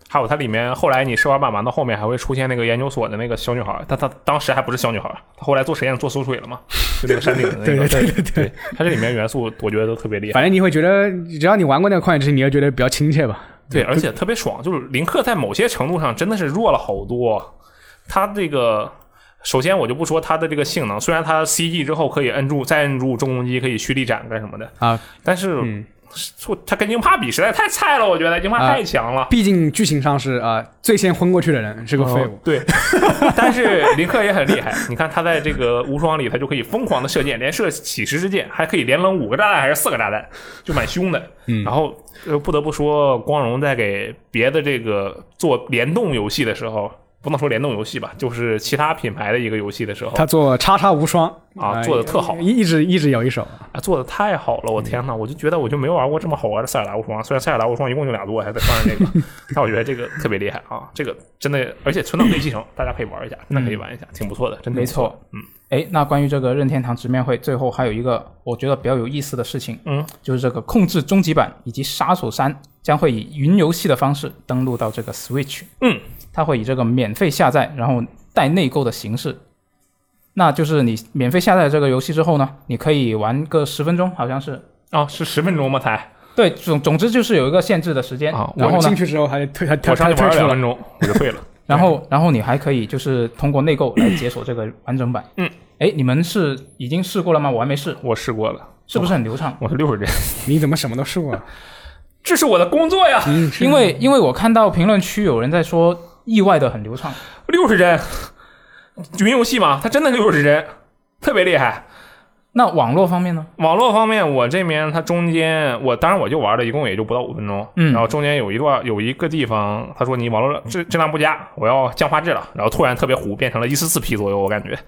还有它里面后来你试玩版玩到后面还会出现那个研究所的那个小女孩，她当时还不是小女孩，她后来做实验做馊水了嘛，就那个山顶的那个。对，它这里面元素我觉得都特别厉害。 反正你会觉得，只要你玩过那个旷野之息，你会觉得比较亲切吧？ 对，而且特别爽，就是林克在某些程度上真的是弱了好多。他这个首先我就不说他的这个性能，虽然他 CG 之后可以再摁住重攻击，可以蓄力斩干什么的啊，但是。他跟英帕比实在太菜了，我觉得英帕太强了。 毕竟剧情上是最先昏过去的人是个废物。 对，但是林克也很厉害。你看他在这个无双里，他就可以疯狂的射箭，连射几十支箭，还可以连扔5个炸弹还是4个炸弹，就蛮凶的。然后不得不说，光荣在给别的这个做联动游戏的时候。不能说联动游戏吧，就是其他品牌的一个游戏的时候， 他做叉无双做的特好， 一直有一手做的太好了，我天哪！我就觉得我就没有玩过这么好玩的塞尔达无双，虽然塞尔达无双一共就2座，还在放着那个，但我觉得这个特别厉害啊，这个真的，而且存档可以继承，大家可以玩一下，真的可以玩一下，挺不错的，真的没错。那关于这个任天堂直面会，最后还有一个我觉得比较有意思的事情，就是这个控制终极版以及杀手3将会以云游戏的方式登陆到这个 Switch，它会以这个免费下载，然后带内购的形式。那就是你免费下载这个游戏之后呢，你可以玩个10分钟，好像是是10分钟吗？才对，总之就是有一个限制的时间。然后进去之后还退， 我上去玩了2分钟我就退了。 然后你还可以就是通过内购来解锁这个完整版。你们是已经试过了吗？我还没试。 我试过了， 是不是很流畅？ 我是60帧。 你怎么什么都试过了？ 这是我的工作呀。 因为我看到评论区有人在说意外的很流畅。 60帧，云游戏嘛，它真的60帧，特别厉害。 那网络方面呢？ 网络方面，我这边它中间，当然我就玩了一共也就不到5分钟，然后中间有一个地方，他说你网络质量不佳，我要降画质了，然后突然特别糊，变成了144P 左右，我感觉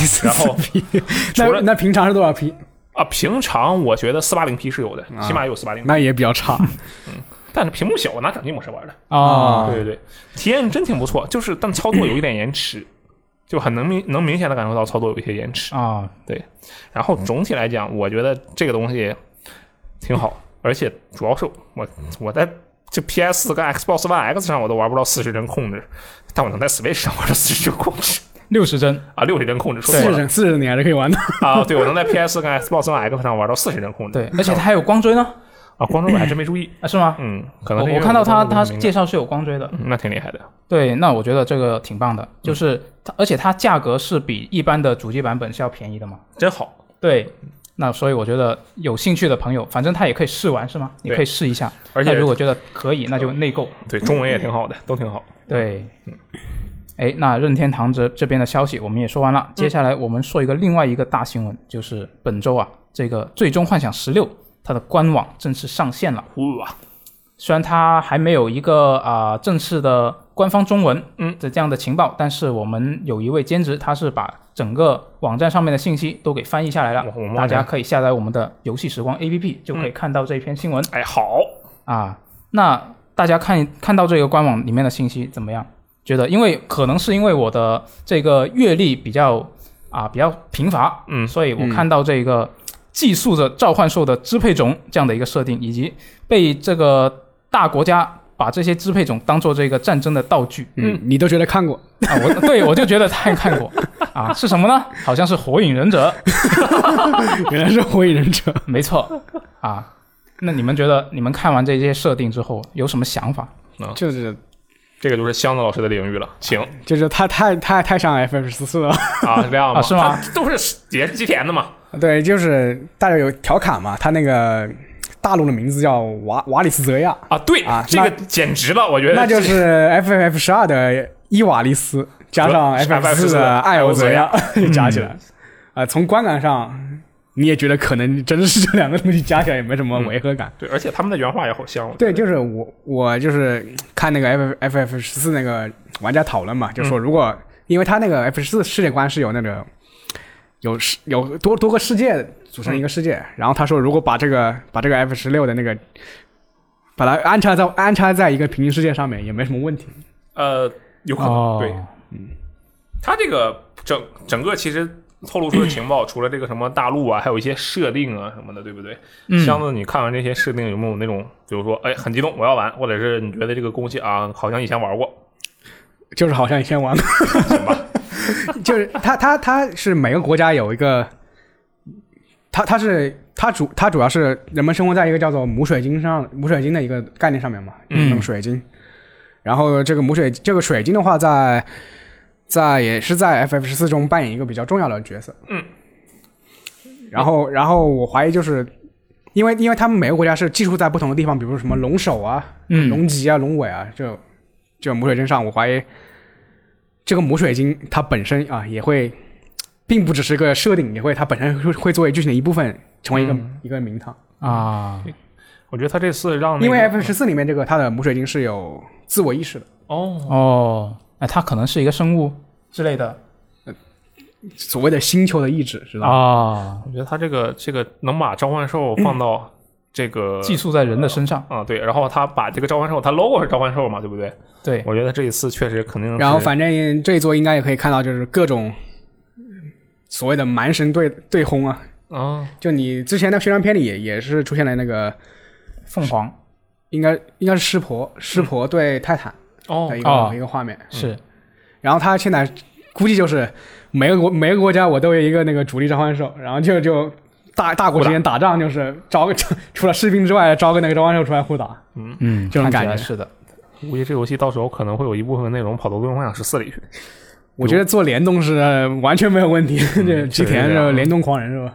144P，那平常是多少 P？ 平常我觉得480P 是有的，起码也有480P， 那也比较差。 但是屏幕小，我拿掌机模式玩的对，体验真挺不错，但操作有一点延迟。就很能明显的感受到操作有一些延迟对。然后总体来讲，我觉得这个东西挺好，而且主要是我在这 PS 跟 Xbox One X 上我都玩不到40帧控制，但我能在 Switch 上玩到40帧控制 ，60帧 60帧控制，说错了，40帧你还是可以玩的对，我能在 PS 跟 Xbox One X 上玩到40帧控制， 对，而且它还有光追呢。 光追我还真没注意是吗？ 可能我看到他介绍是有光追的， 那挺厉害的。 对，那我觉得这个挺棒的，就是而且它价格是比一般的主机版本是要便宜的嘛， 真好。 对，那所以我觉得有兴趣的朋友，反正他也可以试玩是吗？你可以试一下，而且如果觉得可以，那就内购。 对，中文也挺好的，都挺好。 对，那任天堂这边的消息我们也说完了，接下来我们说另外一个大新闻，就是本周这个《最终幻想16》。它的官网正式上线了，虽然它还没有一个正式的官方中文的这样的情报，但是我们有一位兼职，他是把整个网站上面的信息都给翻译下来了，大家可以下载我们的游戏时光 APP 就可以看到这一篇新闻。 好那大家看到这个官网里面的信息怎么样？觉得可能是因为我的这个阅历比较贫乏，所以我看到这个寄宿着召唤兽的支配种这样的一个设定，以及被这个大国家把这些支配种当做这个战争的道具， 你都觉得看过我就觉得看过是什么呢？好像是火影忍者原来是火影忍者， 没错那你们觉得你们看完这些设定之后有什么想法？ 就是这个就是箱子老师的领域了，请。 就是他太像 FF14 了是这样吗？ 是吗？ 都是也是吉田的嘛。 对，就是大家有调侃嘛，他那个大陆的名字叫瓦里斯泽亚对这个简直了，我觉得那就是 FF12 的伊瓦利斯加上 FF4 的艾欧泽亚加起来从观感上你也觉得可能真的是这两个东西加起来也没什么违和感。 对，而且他们的原话也好像。 对，就是我就是看那个 FF14 那个玩家讨论嘛，就说如果因为他那个 F14 世界观是有那个有多个世界组成一个世界，然后他说如果把这个 F16 的那个把它安插在一个平行世界上面也没什么问题。 有可能对，他这个整个其实透露出的情报，除了这个什么大陆啊，还有一些设定啊什么的，对不对？箱子，你看完这些设定有没有那种，比如说，哎，很激动，我要玩，或者是你觉得这个东西啊，好像以前玩过， 就是好像以前玩过， 行吧？ 就是它是每个国家有一个，它主要是人们生活在一个叫做母水晶的一个概念上面嘛，水晶。然后这个水晶的话也是在 FF14 中扮演一个比较重要的角色。然后我怀疑就是因为他们每个国家是寄宿在不同的地方，比如说什么龙首啊、龙脊啊、龙尾啊，这母水晶上，我怀疑这个母水晶它本身啊也会，并不只是个设定，它本身会作为剧情的一部分，成为一个名堂啊。 我觉得他这次让因为 F14 里面这个它的母水晶是有自我意识的。 那它可能是一个生物之类的， 所谓的星球的意志，知道吗？ 我觉得他这个能把召唤兽放到这个寄宿在人的身上对，然后他把这个召唤兽，他 logo 是召唤兽嘛，对不对？ 对， 我觉得这一次确实肯定是。 然后反正这一座应该也可以看到，就是各种所谓的蛮神对轰啊。就你之前的宣传片里也是出现了那个凤凰， 应该是湿婆对泰坦的一个画面。 是，然后他现在估计就是每个国家我都有一个那个主力召唤兽，然后就大国之间打仗就是除了士兵之外招个那个召唤兽出来互打。这种感觉是的。 估计这游戏到时候可能会有一部分内容跑到《最终幻想14》里去。 我觉得做联动是完全没有问题。这吉田是联动狂人是吧？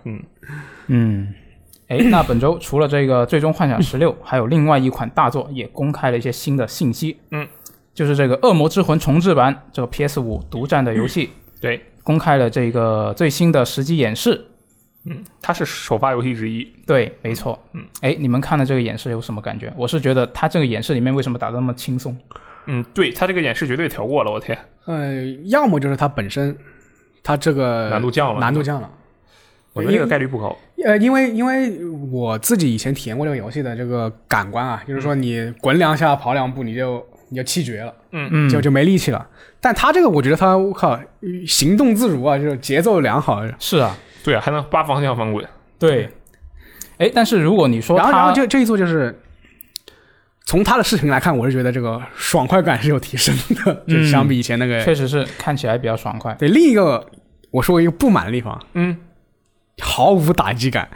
那本周除了这个《最终幻想16》，还有另外一款大作也公开了一些新的信息。就是这个《恶魔之魂》重制版，这个 PS5 独占的游戏， 对， 公开了这个最新的实机演示。 它是首发游戏之一。 对，没错。你们看了这个演示有什么感觉？我是觉得它这个演示里面为什么打得那么轻松？ 对，它这个演示绝对调过了，我天。 要么就是它本身它这个难度降了。我觉得这个概率不高。 因为我自己以前体验过这个游戏的这个感官啊，就是说你滚两下跑两步你就气绝了，就没力气了。但他这个我觉得他行动自如啊，就是节奏良好。 是啊， 对啊，还能8方向翻滚。 对。但是如果你说然后这一座就是从他的视频来看，我是觉得这个爽快感是有提升的，就相比以前那个确实是看起来比较爽快。 对，另一个我说一个不满的地方，毫无打击感。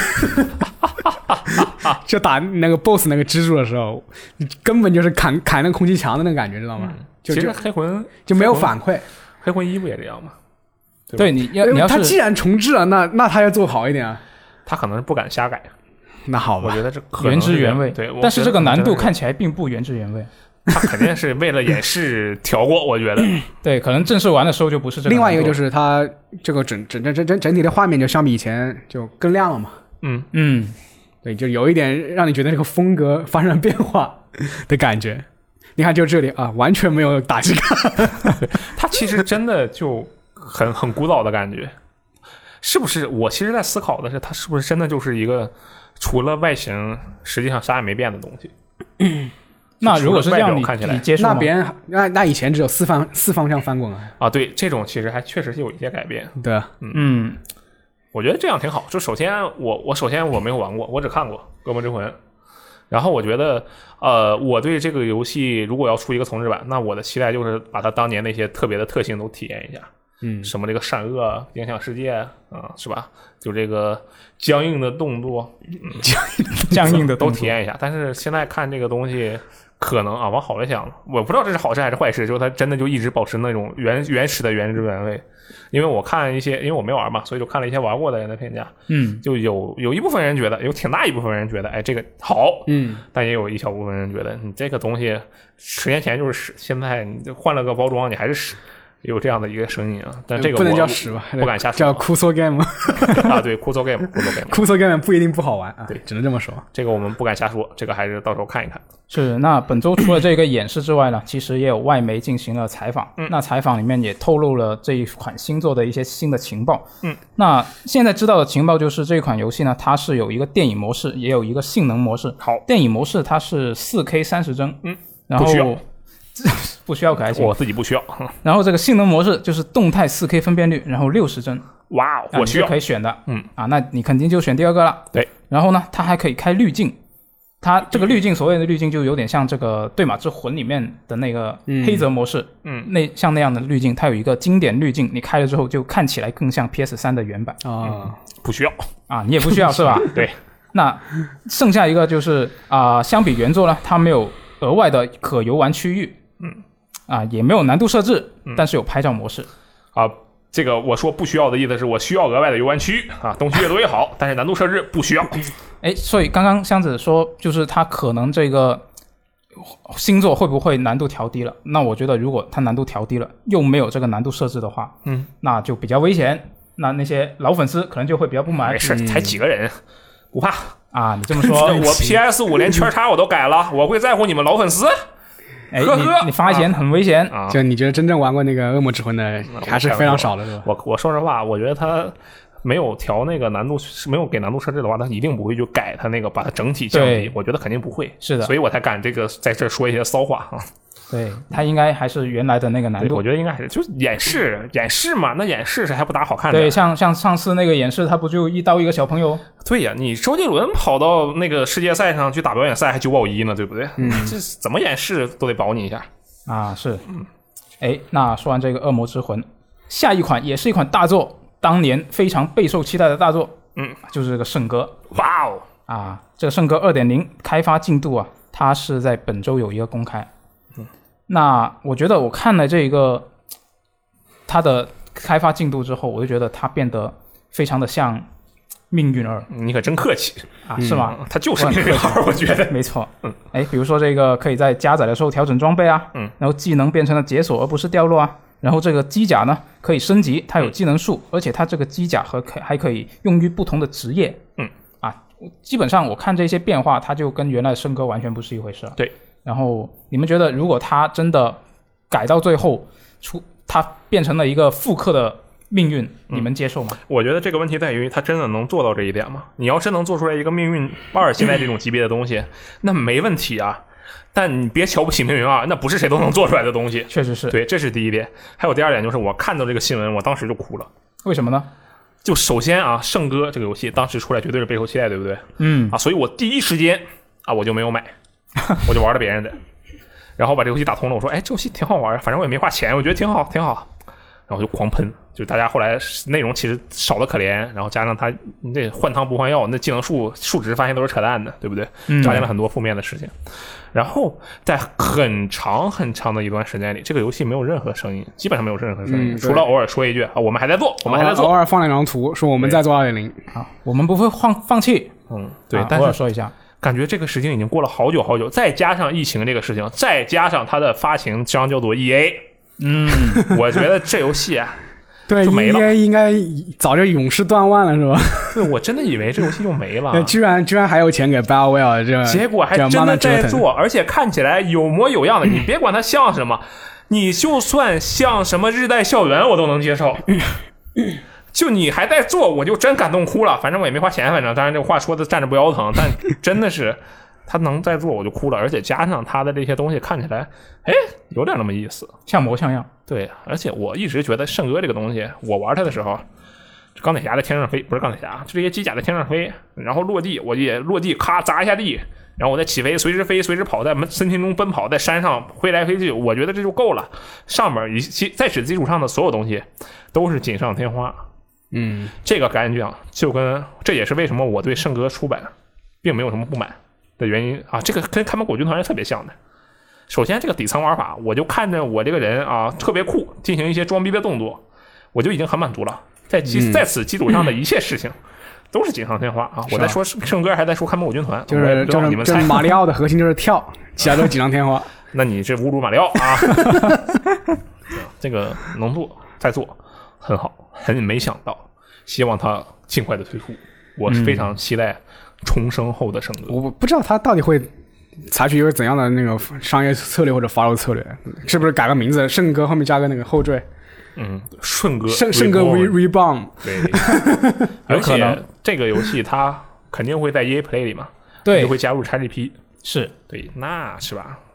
就打那个 BOSS 那个蜘蛛的时候，根本就是砍那个空气墙的那个感觉，知道吗？ 其实黑魂就没有反馈。 黑魂1不也这样吗？ 对，你要是他既然重置了，那他要做好一点啊。 他可能是不敢瞎改。 那好吧， 我觉得这原汁原味。 对， 但是这个难度看起来并不原汁原味。 他肯定是为了演示调过，我觉得。 对，可能正式玩的时候就不是这个。 另外一个就是它这个整体的画面就相比以前就更亮了嘛。对，就有一点让你觉得这个风格发生了变化的感觉。你看，就这里啊，完全没有打击感。 它其实真的就很古老的感觉，是不是？我其实在思考的是，它是不是真的就是一个除了外形实际上啥也没变的东西？ 那如果是这样，你接受吗？ 那别人那以前只有四方向翻滚啊。对，这种其实还确实是有一些改变。 对， 我觉得这样挺好。就首先我没有玩过，我只看过《恶魔之魂》，然后我觉得我对这个游戏如果要出一个重制版，那我的期待就是把它当年那些特别的特性都体验一下。什么这个善恶影响世界是吧？就这个僵硬的动作， 僵硬的都体验一下。但是现在看这个东西，可能往好了想，我不知道这是好事还是坏事，就是它真的就一直保持那种原始的原汁原味。因为我看一些，因为我没玩嘛，所以就看了一些玩过的人的评价。就有一部分人觉得，有挺大一部分人觉得，哎，这个好。但也有一小部分人觉得，你这个东西10年前就是屎，现在你换了个包装，你还是屎。有这样的一个声音啊，但这个不能叫屎吧， 不敢瞎说， 叫酷搜 game 对，酷搜 game， 酷搜 game 不一定不好玩啊，对，只能这么说。 这个我们不敢瞎说，这个还是到时候看一看。 是，那本周除了这个演示之外呢，其实也有外媒进行了采访。那采访里面也透露了这一款新作的一些新的情报。那现在知道的情报就是这款游戏呢，它是有一个电影模式，也有一个性能模式。 好， 电影模式它是4K 30帧，然后不需要可爱性， 我自己不需要。 然后这个性能模式就是动态 4K 分辨率，然后60帧。 哇，我需要， 可以选的。那你肯定就选第二个了。 对， 然后呢，它还可以开滤镜。它这个滤镜，所谓的滤镜就有点像这个《对马之魂》里面的那个黑泽模式，像那样的滤镜，它有一个经典滤镜，你开了之后就看起来更像 PS3 的原版啊。 不需要啊，你也不需要是吧？ 对。 那剩下一个就是相比原作呢，它没有额外的可游玩区域，也没有难度设置，但是有拍照模式啊。这个我说不需要的意思是我需要额外的游玩区域啊，东西越多越好，但是难度设置不需要。 所以刚刚箱子说，就是它可能这个星座会不会难度调低了？那我觉得如果它难度调低了，又没有这个难度设置的话，那就比较危险。那些老粉丝可能就会比较不满。 没事，才几个人，不怕啊！你这么说， 我 PS5 连圈叉我都改了，我会在乎你们老粉丝？ 你发言很危险啊！ 就你觉得真正玩过那个《恶魔之魂》的还是非常少的，是吧？ 我说实话，我觉得他没有调那个难度，没有给难度设置的话，他一定不会去改他那个，把它整体降低。我觉得肯定不会。 是的， 所以我才敢这个在这说一些骚话啊。 对，他应该还是原来的那个难度。 我觉得应该还是就是演示嘛，那演示是还不打好看的。 对，像上次那个演示，他不就一刀一个小朋友？ 对呀，你周杰伦跑到那个世界赛上去打表演赛还9保1呢，对不对？这怎么演示都得保你一下啊。是，那说完这个《恶魔之魂》，下一款也是一款大作，当年非常备受期待的大作，就是这个《圣歌》。 哇哦啊，这个《圣歌 2.0》开发进度啊，它是在本周有一个公开。那我觉得我看了这个它的开发进度之后，我就觉得它变得非常的像命运2。 你可真客气啊，是吗？ 它就是命运2，我觉得没错。比如说这个可以在加载的时候调整装备啊，然后技能变成了解锁而不是掉落啊，然后这个机甲呢可以升级，它有技能树，而且它这个机甲还可以用于不同的职业。基本上我看这些变化，它就跟原来的圣歌完全不是一回事了。 对。 然后你们觉得，如果它真的改到最后，它变成了一个复刻的命运，你们接受吗？ 我觉得这个问题在于，它真的能做到这一点吗？你要真能做出来一个命运2现在这种级别的东西，那没问题啊。但你别瞧不起命运2，那不是谁都能做出来的东西。 确实是。 对，这是第一点。还有第二点就是，我看到这个新闻，我当时就哭了。 为什么呢？ 就首先啊，圣歌这个游戏当时出来绝对是备受期待，对不对？所以我第一时间我就没有买。我就玩了别人的，然后把这游戏打通了。我说，这游戏挺好玩，反正我也没花钱，我觉得挺好，挺好。然后就狂喷，就大家后来内容其实少的可怜，然后加上他那换汤不换药，那技能数值发现都是扯淡的，对不对？发现了很多负面的事情。然后在很长很长的一段时间里，这个游戏没有任何声音，基本上没有任何声音，除了偶尔说一句我们还在做，我们还在做， 偶尔放两张图说我们在做2.0， 我们不会放弃。 对，但是偶尔说一下。 感觉这个事情已经过了好久好久，再加上疫情这个事情，再加上它的发行商叫做 EA，我觉得这游戏对就没了。 EA 应该早就永世断腕了，是吧？ 对，我真的以为这游戏就没了， 居然还有钱给 BioWare， 这结果还真的在做，而且看起来有模有样的。你别管它像什么，你就算像什么日代校园我都能接受。就你还在做，我就真感动哭了。反正我也没花钱，反正当然这个话说的站着不腰疼，但真的是他能再做我就哭了。而且加上他的这些东西看起来，有点那么意思， 像模像样。 对，而且我一直觉得圣歌这个东西，我玩它的时候，钢铁侠在天上飞，不是钢铁侠，就这些机甲在天上飞，然后落地，我也落地，咔砸一下地，然后我再起飞，随时飞，随时跑，在森林中奔跑，在山上飞来飞去，我觉得这就够了。上面在此基础上的所有东西都是锦上添花。这个感觉就跟这也是为什么我对圣歌出版并没有什么不满的原因啊。这个跟看门狗军团是特别像的。首先这个底层玩法，我就看着我这个人特别酷，进行一些装逼的动作，我就已经很满足了。在此基础上的一切事情都是锦上添花啊！我在说圣歌，还在说看门狗军团， 就是你们猜， 马里奥的核心就是跳，其他都是锦上添花。 那你这侮辱马里奥啊！这个能做再做很好，很没想到，希望他尽快的推出。我是非常期待重生后的圣歌。 我不知道他到底会采取一个怎样的那个商业策略或者发售策略，是不是改个名字，圣歌后面加个那个后缀？ 顺歌圣歌 Reborn。 对，而且这个游戏它肯定会在 EA Play 里嘛， 对， 就会加入 XGP。 是对，那是吧？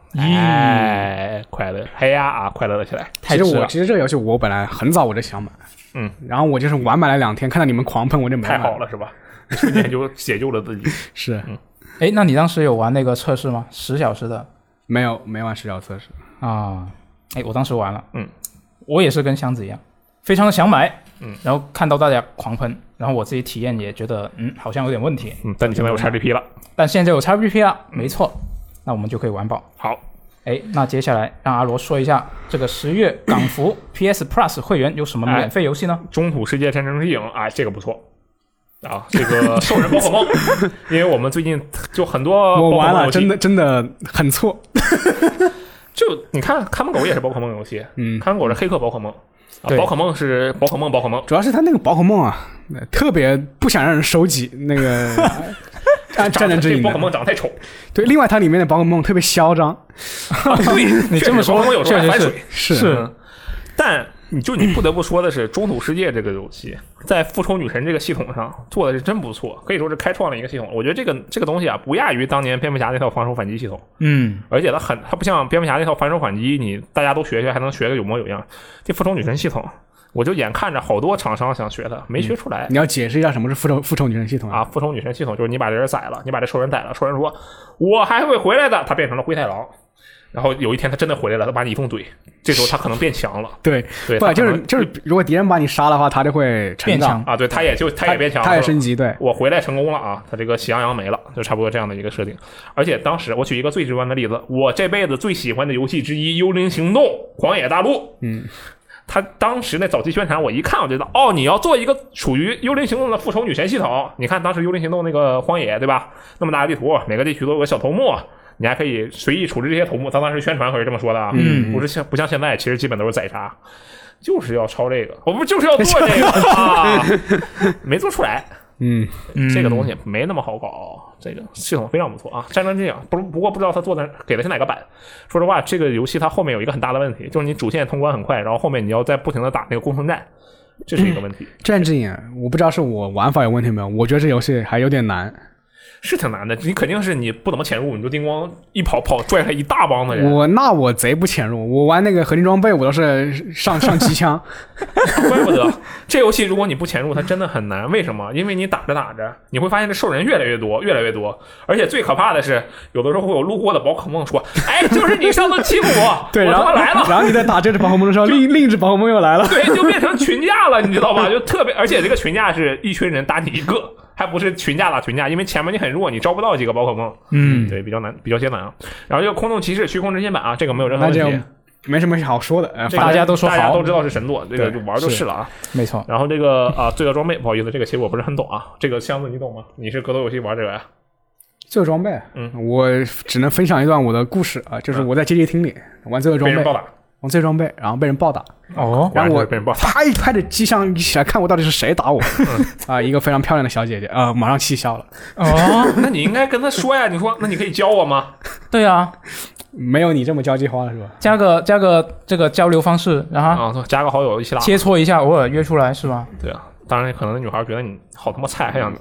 哎，快乐，嘿呀啊，快乐了起来。 其实这个游戏我本来很早我就想买，然后我就是晚买了2天，看到你们狂喷，我就没买。 太好了是吧？瞬间就解救了自己。 是， 那你当时有玩那个测试吗？10小时的？ 没玩10小时测试啊。我当时玩了，我也是跟箱子一样，非常的想买，然后看到大家狂喷，然后我自己体验也觉得，好像有点问题。 但你现在有 XGP 了， 但现在有 XGP 了，没错，那我们就可以玩爆。 好， 那接下来让阿罗说一下这个10月港服 PS Plus 会员有什么免费游戏呢？ 中土世界战争之影，这个不错。啊，这个兽人宝可梦，因为我们最近就很多我玩了，真的很错。 就你看，看门狗也是宝可梦游戏，看门狗是黑客宝可梦，宝可梦是宝可梦， 主要是他那个宝可梦啊，特别不想让人收集那个战争之影。 宝可梦长太丑。 对，另外它里面的宝可梦特别嚣张。 对，你这么说，宝可梦有时候反水是， 但。你不得不说的是，中土世界这个游戏在复仇女神这个系统上做的是真不错，可以说是开创了一个系统。我觉得这个东西啊，不亚于当年蝙蝠侠那套防守反击系统。而且它不像蝙蝠侠那套反手反击，你大家都学学，还能学个有模有样。这复仇女神系统，我就眼看着好多厂商想学它，没学出来。 你要解释一下什么是复仇女神系统啊？复仇女神系统就是你把这人宰了，你把这兽人宰了，兽人说我还会回来的，他变成了灰太狼。然后有一天他真的回来了，他把你一通怼，这时候他可能变强了。 对，不就是如果敌人把你杀的话，他就会变强啊。对，他也变强了， 他也升级。对， 我回来成功了啊，他这个喜羊羊没了，就差不多这样的一个设定。而且当时我举一个最直观的例子，我这辈子最喜欢的游戏之一《幽灵行动：荒野大陆》。他当时那早期宣传，我一看我就知道，你要做一个属于幽灵行动的复仇女神系统。你看当时幽灵行动那个荒野，对吧？那么大的地图，每个地区都有个小头目。你还可以随意处置这些头目，当时宣传可是这么说的啊，不像现在，其实基本都是宰杀，就是要抄这个，我们就是要做这个啊，没做出来，这个东西没那么好搞，这个系统非常不错啊，战争之影不过不知道他做的给的是哪个版。说实话，这个游戏它后面有一个很大的问题，就是你主线通关很快，然后后面你要再不停的打那个攻城战，这是一个问题。 战争之影，我不知道是我玩法有问题没有，我觉得这游戏还有点难。 是挺难的，你肯定是你不怎么潜入，你就叮咣一跑拽开一大帮的人。 我贼不潜入，我玩那个合金装备我都是上机枪。 怪不得这游戏如果你不潜入，它真的很难。为什么？因为你打着打着，你会发现这兽人越来越多，而且最可怕的是，有的时候会有路过的宝可梦说：“哎，就是你上次欺负我， 对， 我他妈来了。” 然后你在打这只宝可梦的时候，另一只宝可梦又来了， 对，就变成群架了，你知道吧？就特别，而且这个群架是一群人打你一个。还不是群架打群架，因为前面你很弱，你招不到几个宝可梦。对，比较难，比较艰难啊。然后这个空洞骑士虚空之心版啊，这个没有任何问题， 没什么好说的。 大家都说好， 大家都知道是神作，这个就玩就是了啊。 没错。 然后这个罪恶装备，不好意思，这个其实我不是很懂啊。这个箱子你懂吗？你是格斗游戏玩这个呀？ 罪恶装备，我只能分享一段我的故事啊，就是我在街机厅里玩罪恶装备， 被人暴打。 玩罪恶装备，然后被人暴打。 然后我啪一拍着机箱一起来看我到底是谁打我。一个非常漂亮的小姐姐，马上气笑了。 那你应该跟他说呀，你说那你可以教我吗？ 对啊， 没有你这么交际花了是吧？ 加个这个交流方式，然后加个好友一起打， 切磋一下，偶尔约出来是吧？ 对啊。当然，可能女孩觉得你好他妈菜，还想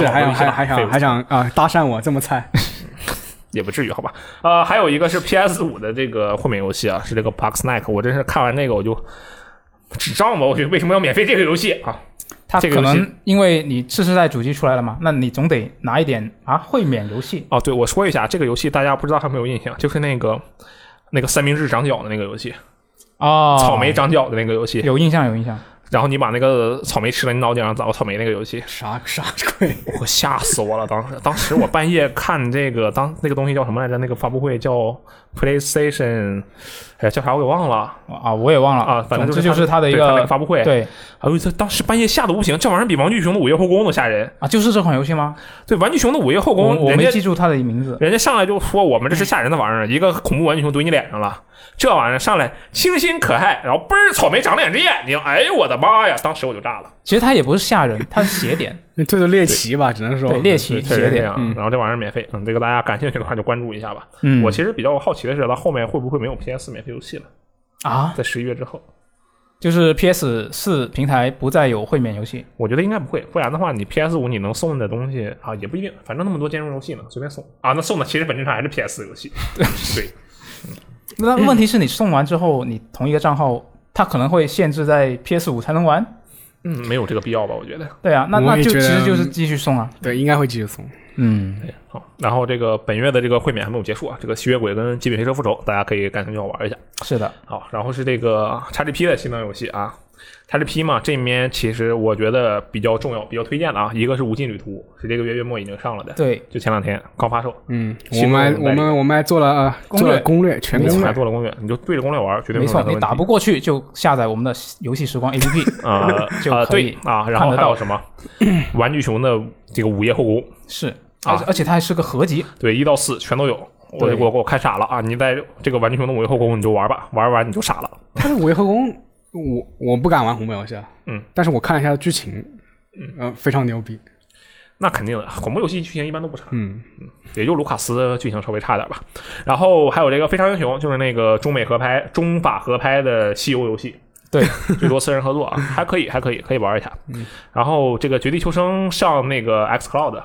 搭讪我这么菜。 也不至于好吧。还有一个是 PS5 的这个会免游戏啊，是这个 Bugsnax。我真是看完那个我就智障吧，我觉得为什么要免费这个游戏啊？ 它可能因为你次世代主机出来了嘛，那你总得拿一点会免游戏。 对，我说一下这个游戏，大家不知道还没有印象，就是那个三明治长脚的那个游戏草莓长脚的那个游戏， 有印象。 然后你把那个草莓吃了，你脑袋上长草莓那个游戏， 啥鬼？ 我吓死我了！当时我半夜看这个，那个东西叫什么来着？那个发布会叫 PlayStation， 叫啥我给忘了我也忘了反正这就是他的一个发布会。 对， 当时半夜吓得不行，这玩意儿比《玩具熊的午夜后宫》都吓人就是这款游戏吗？ 对，《玩具熊的午夜后宫》 我没记住他的名字， 人家上来就说我们这是吓人的玩意儿，一个恐怖玩具熊怼你脸上了。这玩意儿上来清新可爱，然后嘣儿草莓长两只眼睛，哎呦我的妈呀！当时我就炸了。 其实它也不是吓人，它是邪点， 这就猎奇吧，只能说对猎奇邪点。 然后这玩意儿免费，这个大家感兴趣的话就关注一下吧。我其实比较好奇的是，它后面会不会没有 PS4 免费游戏了在11月之后， 就是 PS4 平台不再有会免游戏。 我觉得应该不会，不然的话你 PS5 你能送的东西也不一定，反正那么多兼容游戏呢，随便送那送的其实本质上还是 PS4 游戏。对。 那问题是你送完之后，你同一个账号，它可能会限制在 PS5 才能玩。 没有这个必要吧？我觉得。 对啊，那就其实就是继续送啊。 对，应该会继续送。 对，好。然后这个本月的这个会免还没有结束啊，这个吸血鬼跟极品黑车复仇，大家可以感兴趣玩一下。 是的。 好，然后是这个 XGP 的新增游戏啊。XGP 嘛，这里面其实我觉得比较重要、比较推荐的啊，一个是无尽旅途，是这个月末已经上了的， 对， 就前2天刚发售。 我们还做了攻略，全攻略， 还做了攻略，你就对着攻略玩，绝对没错。你打不过去就下载我们的游戏时光 APP 就可以啊。然后还有什么玩具熊的这个午夜后宫是而且它还是个合集， 对，1到4全都有。我看傻了啊！你在这个玩具熊的午夜后宫你就玩吧，玩完你就傻了。 它的午夜后宫。我不敢玩红本游戏啊，但是我看了一下剧情，非常牛逼。 那肯定的，恐怖游戏剧情一般都不差，也就卢卡斯的剧情稍微差点吧。然后还有这个非常英雄，就是那个中法合拍的西游游戏， 对， 最多4人合作啊，还可以玩一下。然后这个绝地求生上那个 xCloud，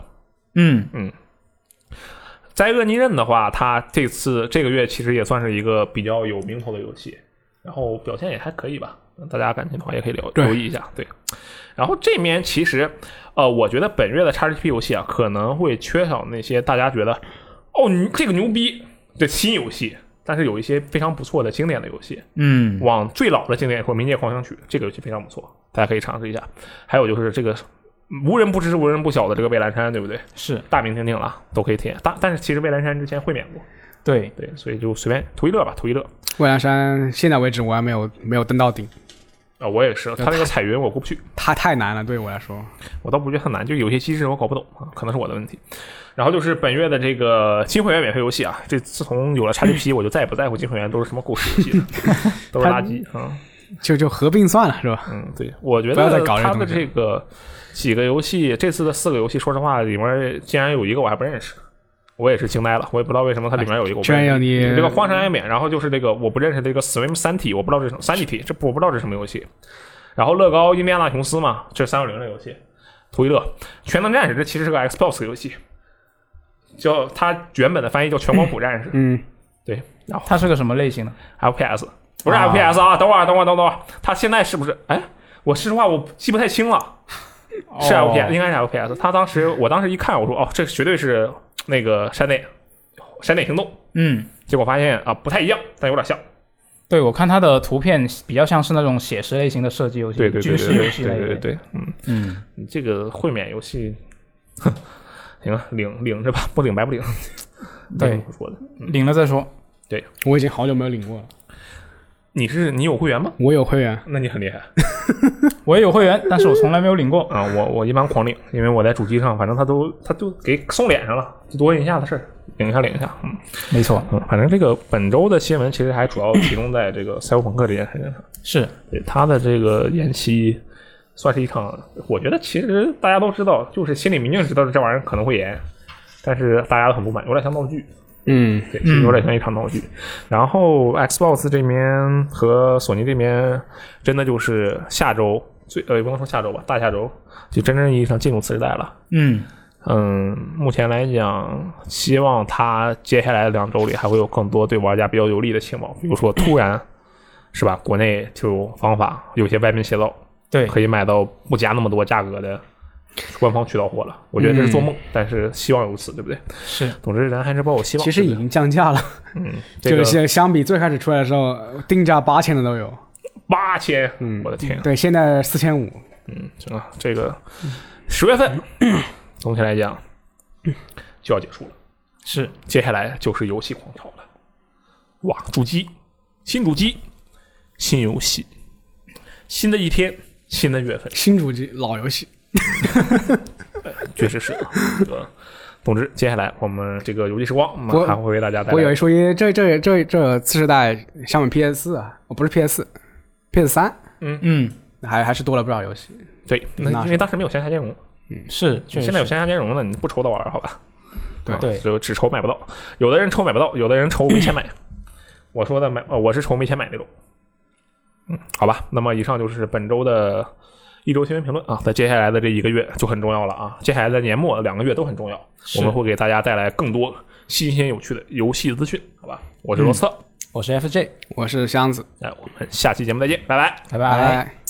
灾厄逆刃的话，它这个月其实也算是一个比较有名头的游戏。然后表现也还可以吧，大家感兴趣的话也可以留意一下。对，然后这面其实，我觉得本月的 XGP 游戏啊，可能会缺少那些大家觉得，这个牛逼的新游戏，但是有一些非常不错的经典的游戏。往最老的经典说《冥界狂想曲》这个游戏非常不错，大家可以尝试一下。还有就是这个无人不知无人不晓的这个蔚蓝山，对不对？ 是大名鼎鼎了，都可以体验。但是其实蔚蓝山之前会免过。 对， 所以就随便图一乐吧，图一乐。 蔚蓝山现在为止我还没有登到顶啊，我也是，他那个彩云我过不去， 它太难了，对我来说， 我倒不觉得很难，就有些机制我搞不懂啊，可能是我的问题。然后就是本月的这个金会员免费游戏啊，这自从有了 XGP，我就再也不在乎金会员都是什么故事游戏了，都是垃圾啊， 就合并算了是吧？ 对，我觉得他的这个几个游戏，这次的4个游戏，说实话里面竟然有一个我还不认识。我也是惊呆了，我也不知道为什么它里面有一个， 居然有你这个荒山暗免，然后就是这个我不认识这个 Swim 三体，我不知道这是三体，我不知道这是什么游戏。然后乐高印第安纳琼斯嘛，这是360的游戏。图一乐全能战士，这其实是个 Xbox 游戏，叫它原本的翻译叫全光谱战士。对，然后它是个什么类型的 ？FPS 不是 FPS 啊，等会儿，它现在是不是？哎，我说实话我记不太清了。是 FPS，应该是 FPS。我当时一看，我说这绝对是那个山内行动。结果发现啊不太一样，但有点像。 对，我看它的图片比较像是那种写实类型的射击游戏， 对， 军事游戏类的。 对，这个会免游戏，行啊，领着吧，不领白不领。 对， 不说的， 领了再说。 对，我已经好久没有领过了。 你有会员吗？ 我有会员， 那你很厉害。 我也有会员，但是我从来没有领过啊。我一般狂领，因为我在主机上，反正他都给送脸上了，就多一下的事儿，领一下。 没错。 反正这个本周的新闻其实还主要集中在这个赛博朋克这件事情上。 是， 对他的这个延期，算是一场，我觉得其实大家都知道，就是心里明镜知道这玩意儿可能会延，但是大家都很不满，有点像闹剧。对，有点像一场闹剧。然后 Xbox 这边和索尼这边，真的就是下周也不能说下周吧，大下周就真正意义上进入次时代了。目前来讲，希望它接下来的2周里还会有更多对玩家比较有利的情报，比如说突然是吧，国内就有方法，有些外面泄露， 对， 可以买到不加那么多价格的官方渠道货了。我觉得这是做梦，但是希望如此，对不对？ 是， 总之人还是抱有希望。 其实已经降价了，就是相比最开始出来的时候，定价8000的都有。 8000，我的天！ 对，现在4500。 行啊，这个10月份，总体来讲就要结束了。 是， 接下来就是游戏狂潮了。哇，主机，新主机，新游戏，新的一天，新的月份， 新主机，老游戏。 确实是这个。总之，接下来我们这个游戏时光还会为大家带来。 我有一说一，这次世代相比 PS4 啊，不是 PS3，还是多了不少游戏。 对，因为当时没有线下兼容。 是， 现在有线下兼容了，你不抽到玩好吧？ 对， 就只抽买不到。有的人抽买不到，有的人抽没钱买。我说的我是抽没钱买那种。好吧，那么以上就是本周的一周新闻评论啊，在接下来的这1个月就很重要了啊，接下来的年末2个月都很重要，我们会给大家带来更多新鲜有趣的游戏资讯，好吧？我是罗斯特， 我是 FJ， 我是箱子， 那我们下期节目再见，拜拜， 拜拜拜。